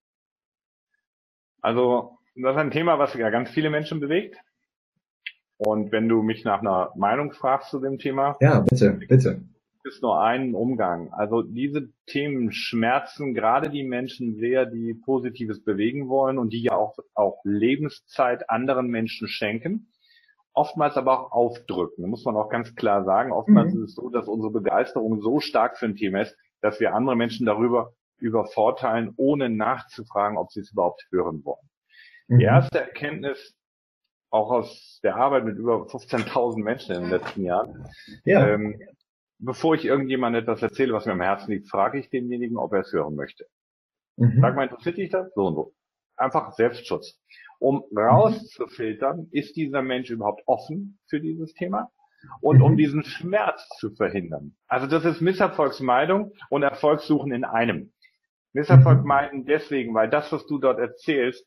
Also, das ist ein Thema, was ja ganz viele Menschen bewegt. Und wenn du mich nach einer Meinung fragst zu dem Thema. Ja, bitte. ist nur einen Umgang. Also diese Themen schmerzen gerade die Menschen sehr, die Positives bewegen wollen und die ja auch Lebenszeit anderen Menschen schenken. Oftmals aber auch aufdrücken, muss man auch ganz klar sagen. Oftmals ist es so, dass unsere Begeisterung so stark für ein Thema ist, dass wir andere Menschen darüber übervorteilen, ohne nachzufragen, ob sie es überhaupt hören wollen. Die erste Erkenntnis, auch aus der Arbeit mit über 15.000 Menschen in den letzten Jahren, Ja. bevor ich irgendjemandem etwas erzähle, was mir am Herzen liegt, frage ich denjenigen, ob er es hören möchte. Sag mal, interessiert dich das? So und so. Einfach Selbstschutz. Um rauszufiltern, ist dieser Mensch überhaupt offen für dieses Thema? Und um diesen Schmerz zu verhindern. Also das ist Misserfolgsmeidung und Erfolgssuchen in einem. Misserfolg meiden deswegen, weil das, was du dort erzählst,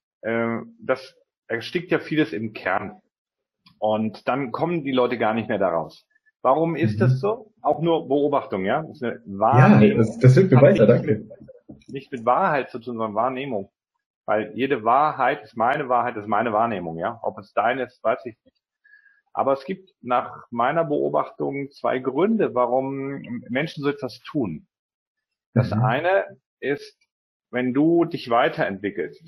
das erstickt ja vieles im Kern. Und dann kommen die Leute gar nicht mehr daraus. Warum ist das so? Auch nur Beobachtung, ja? Das ist eine Wahrnehmung. Ja, das hilft mir weiter, danke. Nicht mit Wahrheit zu tun, sondern Wahrnehmung. Weil jede Wahrheit ist meine Wahrnehmung, ja? Ob es deine ist, weiß ich nicht. Aber es gibt nach meiner Beobachtung zwei Gründe, warum Menschen so etwas tun. Das eine ist, wenn du dich weiterentwickelst,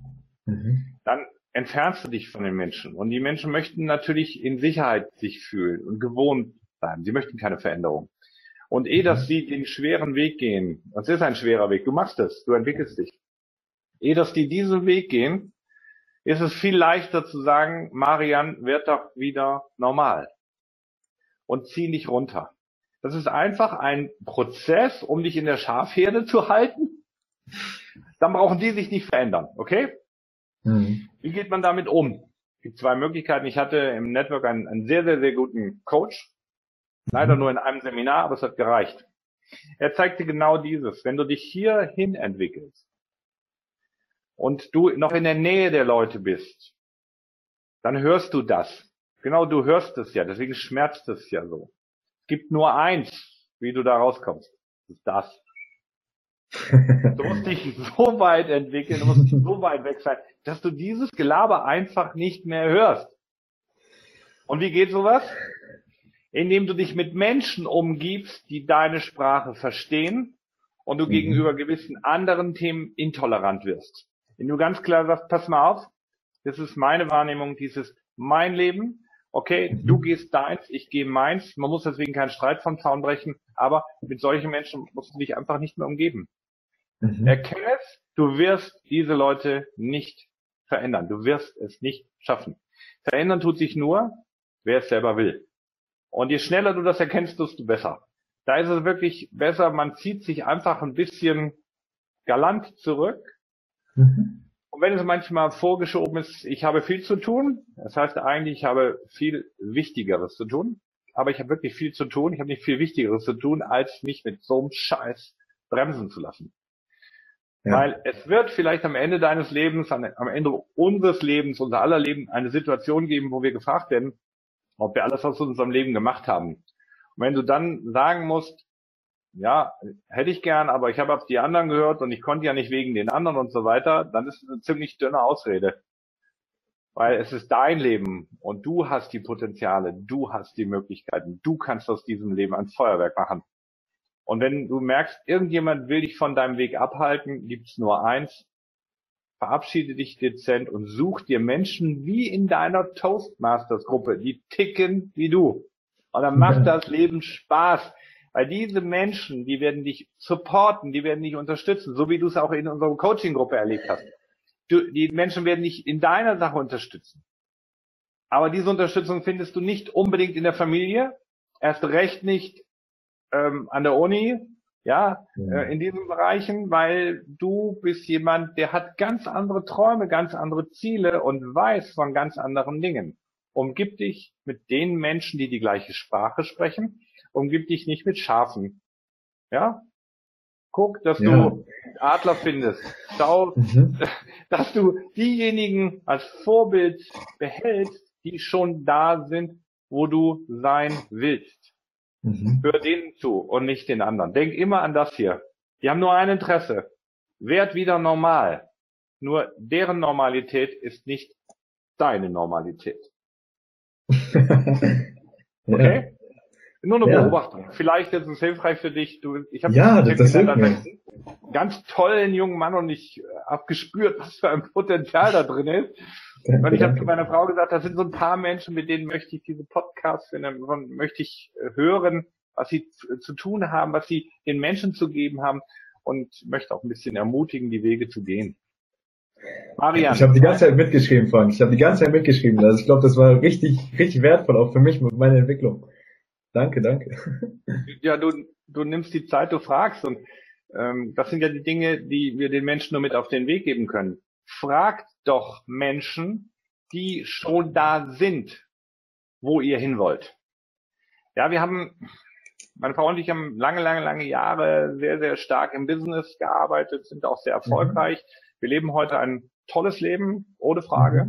dann entfernst du dich von den Menschen. Und die Menschen möchten natürlich in Sicherheit sich fühlen und gewohnt bleiben. Sie möchten keine Veränderung. Und dass sie den schweren Weg gehen, das ist ein schwerer Weg, du machst es, du entwickelst dich. Dass die diesen Weg gehen, ist es viel leichter zu sagen, Marian, werd doch wieder normal. Und zieh nicht runter. Das ist einfach ein Prozess, um dich in der Schafherde zu halten. Dann brauchen die sich nicht verändern, okay? Wie geht man damit um? Es gibt zwei Möglichkeiten. Ich hatte im Network einen sehr, sehr, sehr guten Coach. Leider nur in einem Seminar, aber es hat gereicht. Er zeigte genau dieses. Wenn du dich hierhin entwickelst und du noch in der Nähe der Leute bist, dann hörst du das. Genau, du hörst es ja. Deswegen schmerzt es ja so. Es gibt nur eins, wie du da rauskommst. Das ist das. Du musst dich so weit entwickeln, du musst so weit weg sein, dass du dieses Gelaber einfach nicht mehr hörst. Und wie geht sowas? Indem du dich mit Menschen umgibst, die deine Sprache verstehen und du gegenüber gewissen anderen Themen intolerant wirst. Wenn du ganz klar sagst, pass mal auf, das ist meine Wahrnehmung, dies ist mein Leben. Okay, du gehst deins, ich gehe meins. Man muss deswegen keinen Streit vom Zaun brechen, aber mit solchen Menschen musst du dich einfach nicht mehr umgeben. Erkenne es, du wirst diese Leute nicht verändern. Du wirst es nicht schaffen. Verändern tut sich nur, wer es selber will. Und je schneller du das erkennst, desto besser. Da ist es wirklich besser, man zieht sich einfach ein bisschen galant zurück. Und wenn es manchmal vorgeschoben ist, ich habe viel zu tun, das heißt eigentlich, ich habe viel Wichtigeres zu tun, aber ich habe wirklich viel zu tun, ich habe nicht viel Wichtigeres zu tun, als mich mit so einem Scheiß bremsen zu lassen. Ja. Weil es wird vielleicht am Ende deines Lebens, am Ende unseres Lebens, unser aller Leben eine Situation geben, wo wir gefragt werden, ob wir alles aus unserem Leben gemacht haben. Und wenn du dann sagen musst, ja, hätte ich gern, aber ich habe auf die anderen gehört und ich konnte ja nicht wegen den anderen und so weiter, dann ist es eine ziemlich dünne Ausrede. Weil es ist dein Leben und du hast die Potenziale, du hast die Möglichkeiten, du kannst aus diesem Leben ein Feuerwerk machen. Und wenn du merkst, irgendjemand will dich von deinem Weg abhalten, gibt's nur eins: Verabschiede dich dezent und such dir Menschen wie in deiner Toastmasters-Gruppe, die ticken wie du. Und dann macht das Leben Spaß. Weil diese Menschen, die werden dich supporten, die werden dich unterstützen, so wie du es auch in unserer Coaching-Gruppe erlebt hast. Die Menschen werden dich in deiner Sache unterstützen. Aber diese Unterstützung findest du nicht unbedingt in der Familie, erst recht nicht an der Uni, in diesen Bereichen, weil du bist jemand, der hat ganz andere Träume, ganz andere Ziele und weiß von ganz anderen Dingen. Umgib dich mit den Menschen, die die gleiche Sprache sprechen. Umgib dich nicht mit Schafen. Ja? Guck, dass du Adler findest. Schau, dass du diejenigen als Vorbild behältst, die schon da sind, wo du sein willst. Hör denen zu und nicht den anderen. Denk immer an das hier. Die haben nur ein Interesse. Werd wieder normal. Nur deren Normalität ist nicht deine Normalität. Okay? Nur eine Ja. Beobachtung. Vielleicht ist es hilfreich für dich. Ich habe Ja, das hilft mir. einen ganz tollen jungen Mann und ich habe gespürt, was für ein Potenzial da drin ist. Und ich habe zu meiner Frau gesagt, das sind so ein paar Menschen, mit denen möchte ich diese Podcasts finden, möchte ich hören, was sie zu tun haben, was sie den Menschen zu geben haben und möchte auch ein bisschen ermutigen, die Wege zu gehen. Marian. Ich habe die ganze Zeit mitgeschrieben, Frank. Ich habe die ganze Zeit mitgeschrieben. Also ich glaube, das war richtig, richtig wertvoll, auch für mich mit meiner Entwicklung. Danke, danke. Ja, du nimmst die Zeit, du fragst und das sind ja die Dinge, die wir den Menschen nur mit auf den Weg geben können. Fragt doch Menschen, die schon da sind, wo ihr hin wollt. Ja, meine Frau und ich haben lange Jahre sehr, sehr stark im Business gearbeitet, sind auch sehr erfolgreich. Wir leben heute ein tolles Leben, ohne Frage.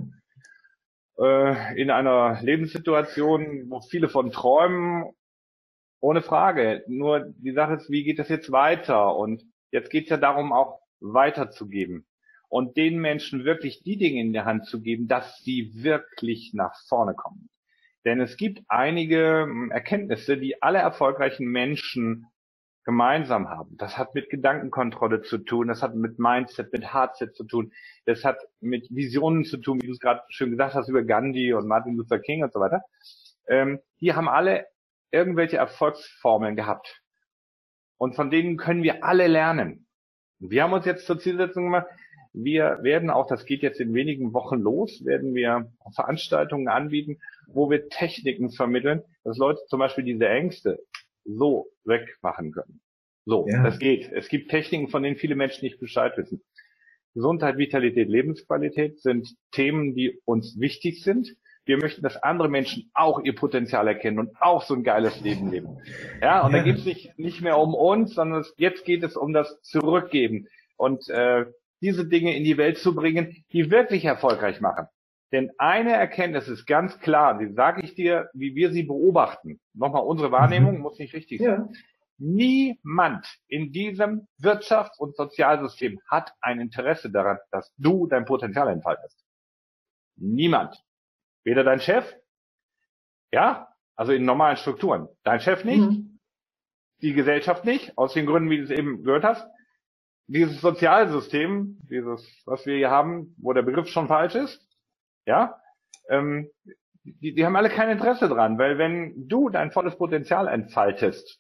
In einer Lebenssituation, wo viele von träumen, ohne Frage. Nur die Sache ist, wie geht das jetzt weiter? Und jetzt geht es ja darum, auch weiterzugeben und den Menschen wirklich die Dinge in der Hand zu geben, dass sie wirklich nach vorne kommen. Denn es gibt einige Erkenntnisse, die alle erfolgreichen Menschen gemeinsam haben. Das hat mit Gedankenkontrolle zu tun, das hat mit Mindset, mit Hardset zu tun, das hat mit Visionen zu tun, wie du es gerade schön gesagt hast, über Gandhi und Martin Luther King und so weiter. Die haben alle irgendwelche Erfolgsformeln gehabt. Und von denen können wir alle lernen. Wir haben uns jetzt zur Zielsetzung gemacht, wir werden auch, das geht jetzt in wenigen Wochen los, werden wir Veranstaltungen anbieten, wo wir Techniken vermitteln, dass Leute zum Beispiel diese Ängste so wegmachen können. So, ja. Das geht. Es gibt Techniken, von denen viele Menschen nicht Bescheid wissen. Gesundheit, Vitalität, Lebensqualität sind Themen, die uns wichtig sind. Wir möchten, dass andere Menschen auch ihr Potenzial erkennen und auch so ein geiles Leben leben. Ja, und da geht es nicht mehr um uns, sondern jetzt geht es um das Zurückgeben und diese Dinge in die Welt zu bringen, die wirklich erfolgreich machen. Denn eine Erkenntnis ist ganz klar, die sage ich dir, wie wir sie beobachten. Nochmal, unsere Wahrnehmung muss nicht richtig sein. Ja. Niemand in diesem Wirtschafts- und Sozialsystem hat ein Interesse daran, dass du dein Potenzial entfaltest. Niemand. Weder dein Chef, ja, also in normalen Strukturen. Dein Chef nicht, die Gesellschaft nicht, aus den Gründen, wie du es eben gehört hast. Dieses Sozialsystem, was wir hier haben, wo der Begriff schon falsch ist, ja, die haben alle kein Interesse dran, weil wenn du dein volles Potenzial entfaltest,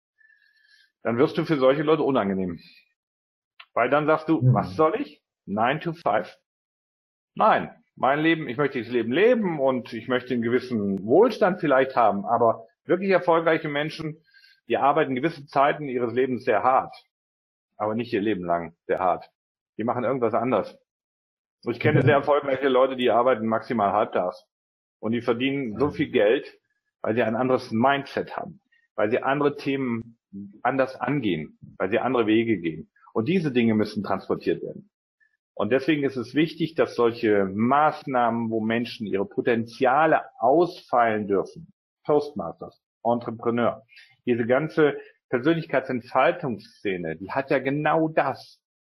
dann wirst du für solche Leute unangenehm. Weil dann sagst du, was soll ich? 9 to 5? Nein, mein Leben, ich möchte das Leben leben und ich möchte einen gewissen Wohlstand vielleicht haben, aber wirklich erfolgreiche Menschen, die arbeiten gewisse Zeiten ihres Lebens sehr hart, aber nicht ihr Leben lang sehr hart. Die machen irgendwas anderes. Ich kenne sehr erfolgreiche Leute, die arbeiten maximal halbtags und die verdienen so viel Geld, weil sie ein anderes Mindset haben, weil sie andere Themen anders angehen, weil sie andere Wege gehen. Und diese Dinge müssen transportiert werden. Und deswegen ist es wichtig, dass solche Maßnahmen, wo Menschen ihre Potenziale ausfeilen dürfen, Toastmasters, Entrepreneur, diese ganze Persönlichkeitsentfaltungsszene, die hat ja genau das.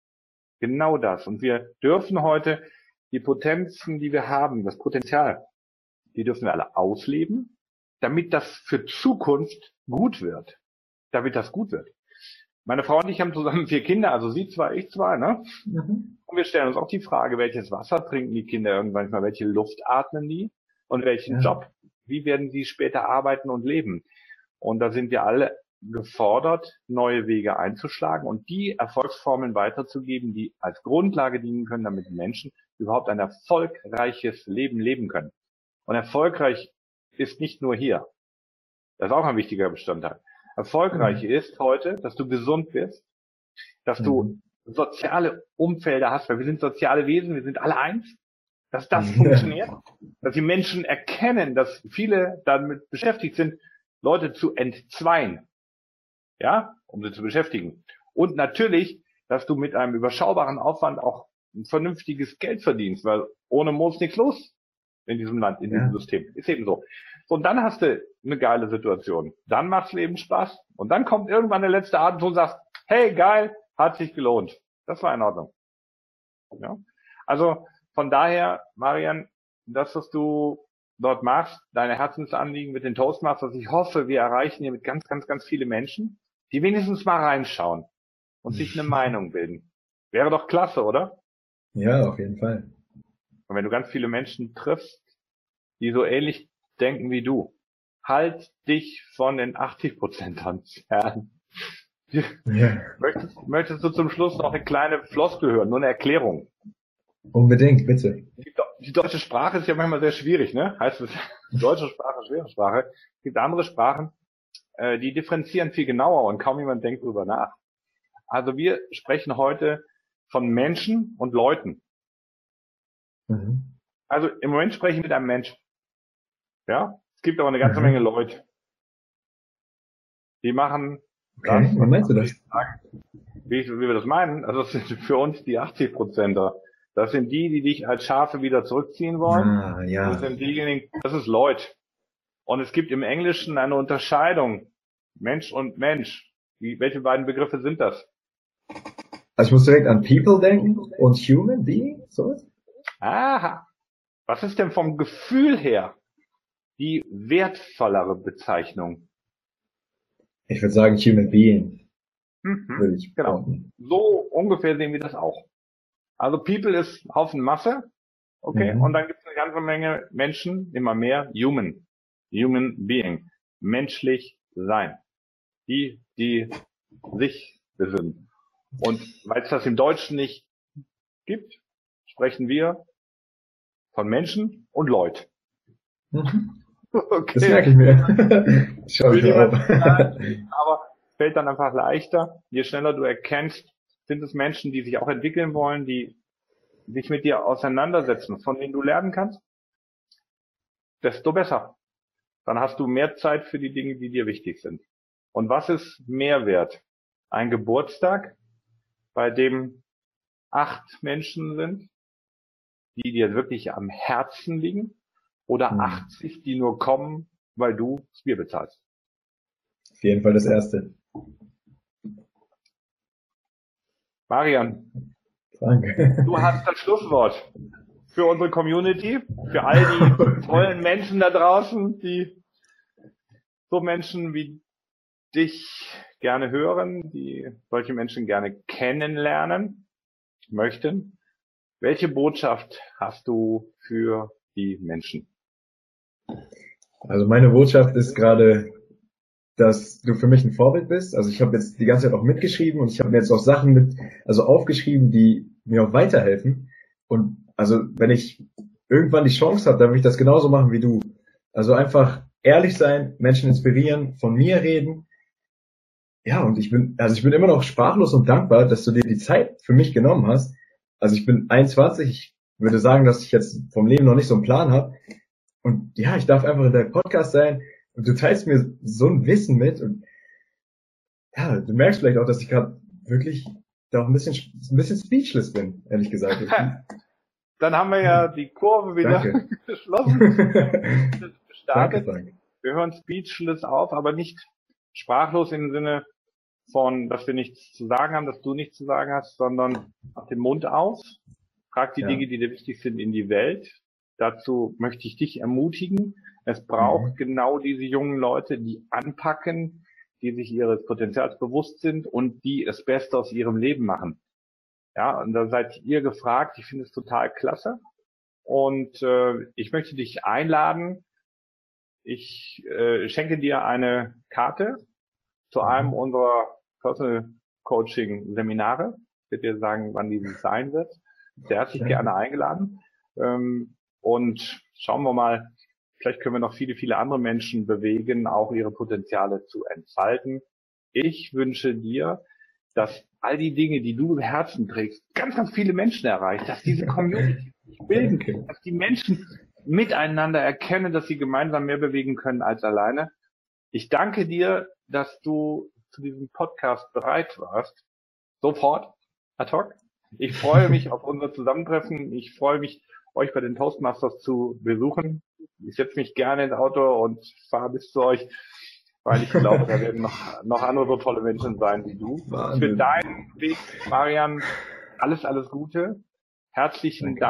Genau das. Und wir dürfen heute die Potenzen, die wir haben, das Potenzial, die dürfen wir alle ausleben, damit das für Zukunft gut wird. Damit das gut wird. Meine Frau und ich haben zusammen 4 Kinder, also sie 2, ich 2, ne? Und wir stellen uns auch die Frage, welches Wasser trinken die Kinder irgendwann mal, welche Luft atmen die und welchen Job, wie werden sie später arbeiten und leben? Und da sind wir alle gefordert, neue Wege einzuschlagen und die Erfolgsformeln weiterzugeben, die als Grundlage dienen können, damit Menschen überhaupt ein erfolgreiches Leben leben können. Und erfolgreich ist nicht nur hier. Das ist auch ein wichtiger Bestandteil. Erfolgreich ist heute, dass du gesund bist, dass du soziale Umfelder hast, weil wir sind soziale Wesen, wir sind alle eins, dass das funktioniert, dass die Menschen erkennen, dass viele damit beschäftigt sind, Leute zu entzweien, ja, um sie zu beschäftigen. Und natürlich, dass du mit einem überschaubaren Aufwand auch ein vernünftiges Geld verdienst, weil ohne muss nichts los in diesem Land, in diesem System. Ist eben so. Und dann hast du eine geile Situation. Dann macht's Leben Spaß. Und dann kommt irgendwann der letzte Atemzug und sagst, hey, geil, hat sich gelohnt. Das war in Ordnung. Ja? Also von daher, Marian, das, was du dort machst, deine Herzensanliegen mit den Toastmasters. Ich hoffe, wir erreichen hier mit ganz, ganz, ganz viele Menschen, die wenigstens mal reinschauen und sich eine Meinung bilden. Wäre doch klasse, oder? Ja, auf jeden Fall. Und wenn du ganz viele Menschen triffst, die so ähnlich denken wie du, halt dich von den 80%ern fern. Ja, Möchtest du zum Schluss noch eine kleine Floskel hören, nur eine Erklärung? unbedingt, bitte. Die deutsche Sprache ist ja manchmal sehr schwierig, ne? Heißt es, deutsche Sprache, schwere Sprache. Es gibt andere Sprachen, die differenzieren viel genauer und kaum jemand denkt drüber nach. Also wir sprechen heute von Menschen und Leuten. Mhm. Also im Moment sprechen wir mit einem Mensch. Ja? Es gibt aber eine ganze Menge Leute. Die machen Okay, das, wie meinst du das? wie wir das meinen. Also das sind für uns die 80%er. Das sind die, die dich als Schafe wieder zurückziehen wollen. Ah, ja. Das sind diejenigen, das ist Leute. Und es gibt im Englischen eine Unterscheidung. Mensch und Mensch. Welche beiden Begriffe sind das? Also ich muss direkt an People denken und Human Being, sowas? Aha. Was ist denn vom Gefühl her die wertvollere Bezeichnung? Ich würde sagen Human Being, würde ich Genau. behaupten. So ungefähr sehen wir das auch. Also People ist Haufen Masse. Okay. Mhm. Und dann gibt es eine ganze Menge Menschen, immer mehr Human Being. Menschlich sein. Die sich besinnen. Und weil es das im Deutschen nicht gibt, sprechen wir von Menschen und Leut. Mhm. Okay. Das merke ich mir. Schau ich mir auf. Aber fällt dann einfach leichter. Je schneller du erkennst, sind es Menschen, die sich auch entwickeln wollen, die sich mit dir auseinandersetzen, von denen du lernen kannst, desto besser. Dann hast du mehr Zeit für die Dinge, die dir wichtig sind. Und was ist mehr wert? Ein Geburtstag, bei dem 8 Menschen sind, die dir wirklich am Herzen liegen, oder 80, die nur kommen, weil du das Bier bezahlst? Auf jeden Fall das Erste. Marian, Danke. du hast das Schlusswort für unsere Community, für all die tollen Menschen da draußen, die so Menschen wie dich gerne hören, die solche Menschen gerne kennenlernen möchten. Welche Botschaft hast du für die Menschen? Also meine Botschaft ist gerade, dass du für mich ein Vorbild bist. Also ich habe jetzt die ganze Zeit auch mitgeschrieben und ich habe mir jetzt auch Sachen aufgeschrieben, die mir auch weiterhelfen. Und also wenn ich irgendwann die Chance habe, dann will ich das genauso machen wie du. Also einfach ehrlich sein, Menschen inspirieren, von mir reden. Ja, und ich bin immer noch sprachlos und dankbar, dass du dir die Zeit für mich genommen hast. Also ich bin 21, ich würde sagen, dass ich jetzt vom Leben noch nicht so einen Plan habe. Und ja, ich darf einfach in deinem Podcast sein und du teilst mir so ein Wissen mit. Und ja, du merkst vielleicht auch, dass ich gerade wirklich da auch ein bisschen speechless bin, ehrlich gesagt. Dann haben wir ja die Kurve wieder geschlossen. Gestartet. Danke. Wir hören speechless auf, aber nicht sprachlos im Sinne von, dass wir nichts zu sagen haben, dass du nichts zu sagen hast, sondern mach den Mund auf, trag die Dinge, die dir wichtig sind, in die Welt. Dazu möchte ich dich ermutigen. Es braucht genau diese jungen Leute, die anpacken, die sich ihres Potenzials bewusst sind und die das Beste aus ihrem Leben machen. Ja, und da seid ihr gefragt. Ich finde es total klasse. Und ich möchte dich einladen. Ich schenke dir eine Karte zu einem unserer Personal Coaching Seminare. Ich werde dir sagen, wann dieses sein wird. Sehr herzlich gerne eingeladen. Und schauen wir mal, vielleicht können wir noch viele, viele andere Menschen bewegen, auch ihre Potenziale zu entfalten. Ich wünsche dir, dass all die Dinge, die du im Herzen trägst, ganz, ganz viele Menschen erreicht, dass diese Community sich bilden kann, dass die Menschen miteinander erkennen, dass sie gemeinsam mehr bewegen können als alleine. Ich danke dir, dass du zu diesem Podcast bereit warst. Sofort, ad hoc. Ich freue mich auf unser Zusammentreffen. Ich freue mich, euch bei den Toastmasters zu besuchen. Ich setze mich gerne ins Auto und fahre bis zu euch, weil ich glaube, da werden noch andere so tolle Menschen sein wie du. Wahnsinn. Für deinen Weg, Marian, alles Gute. Herzlichen Dank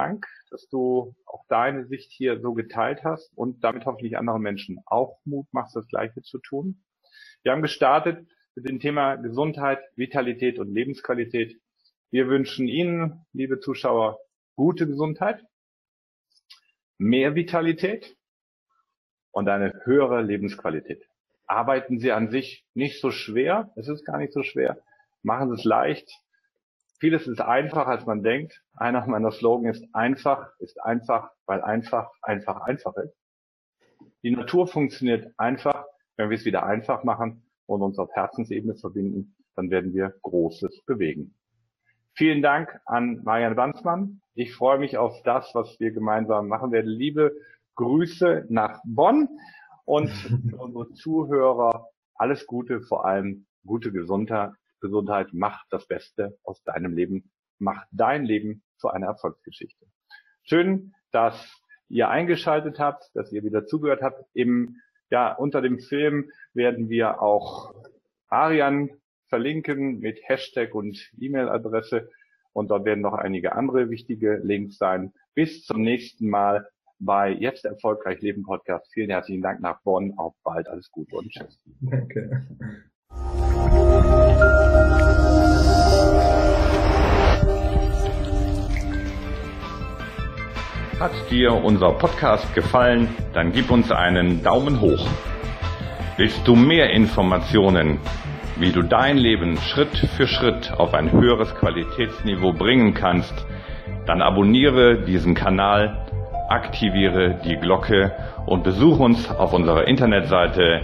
dass du auch deine Sicht hier so geteilt hast und damit hoffentlich anderen Menschen auch Mut machst, das Gleiche zu tun. Wir haben gestartet mit dem Thema Gesundheit, Vitalität und Lebensqualität. Wir wünschen Ihnen, liebe Zuschauer, gute Gesundheit, mehr Vitalität und eine höhere Lebensqualität. Arbeiten Sie an sich nicht so schwer, es ist gar nicht so schwer, machen Sie es leicht. Vieles ist einfacher, als man denkt. Einer meiner Slogan ist einfach, weil einfach ist. Die Natur funktioniert einfach. Wenn wir es wieder einfach machen und uns auf Herzensebene verbinden, dann werden wir Großes bewegen. Vielen Dank an Marianne Wanzmann. Ich freue mich auf das, was wir gemeinsam machen werden. Liebe Grüße nach Bonn und für unsere Zuhörer alles Gute, vor allem gute Gesundheit. Gesundheit, mach das Beste aus deinem Leben, mach dein Leben zu einer Erfolgsgeschichte. Schön, dass ihr eingeschaltet habt, dass ihr wieder zugehört habt. Unter dem Film werden wir auch Arian verlinken mit Hashtag und E-Mail-Adresse und dort werden noch einige andere wichtige Links sein. Bis zum nächsten Mal bei Jetzt erfolgreich Leben Podcast. Vielen herzlichen Dank nach Bonn. Auf bald. Alles Gute und tschüss. Danke. Hat dir unser Podcast gefallen? Dann gib uns einen Daumen hoch. Willst du mehr Informationen, wie du dein Leben Schritt für Schritt auf ein höheres Qualitätsniveau bringen kannst? Dann abonniere diesen Kanal, aktiviere die Glocke und besuch uns auf unserer Internetseite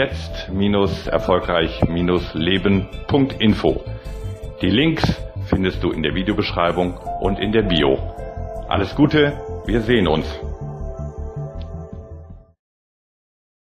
jetzt-erfolgreich-leben.info. Die Links findest du in der Videobeschreibung und in der Bio. Alles Gute, wir sehen uns.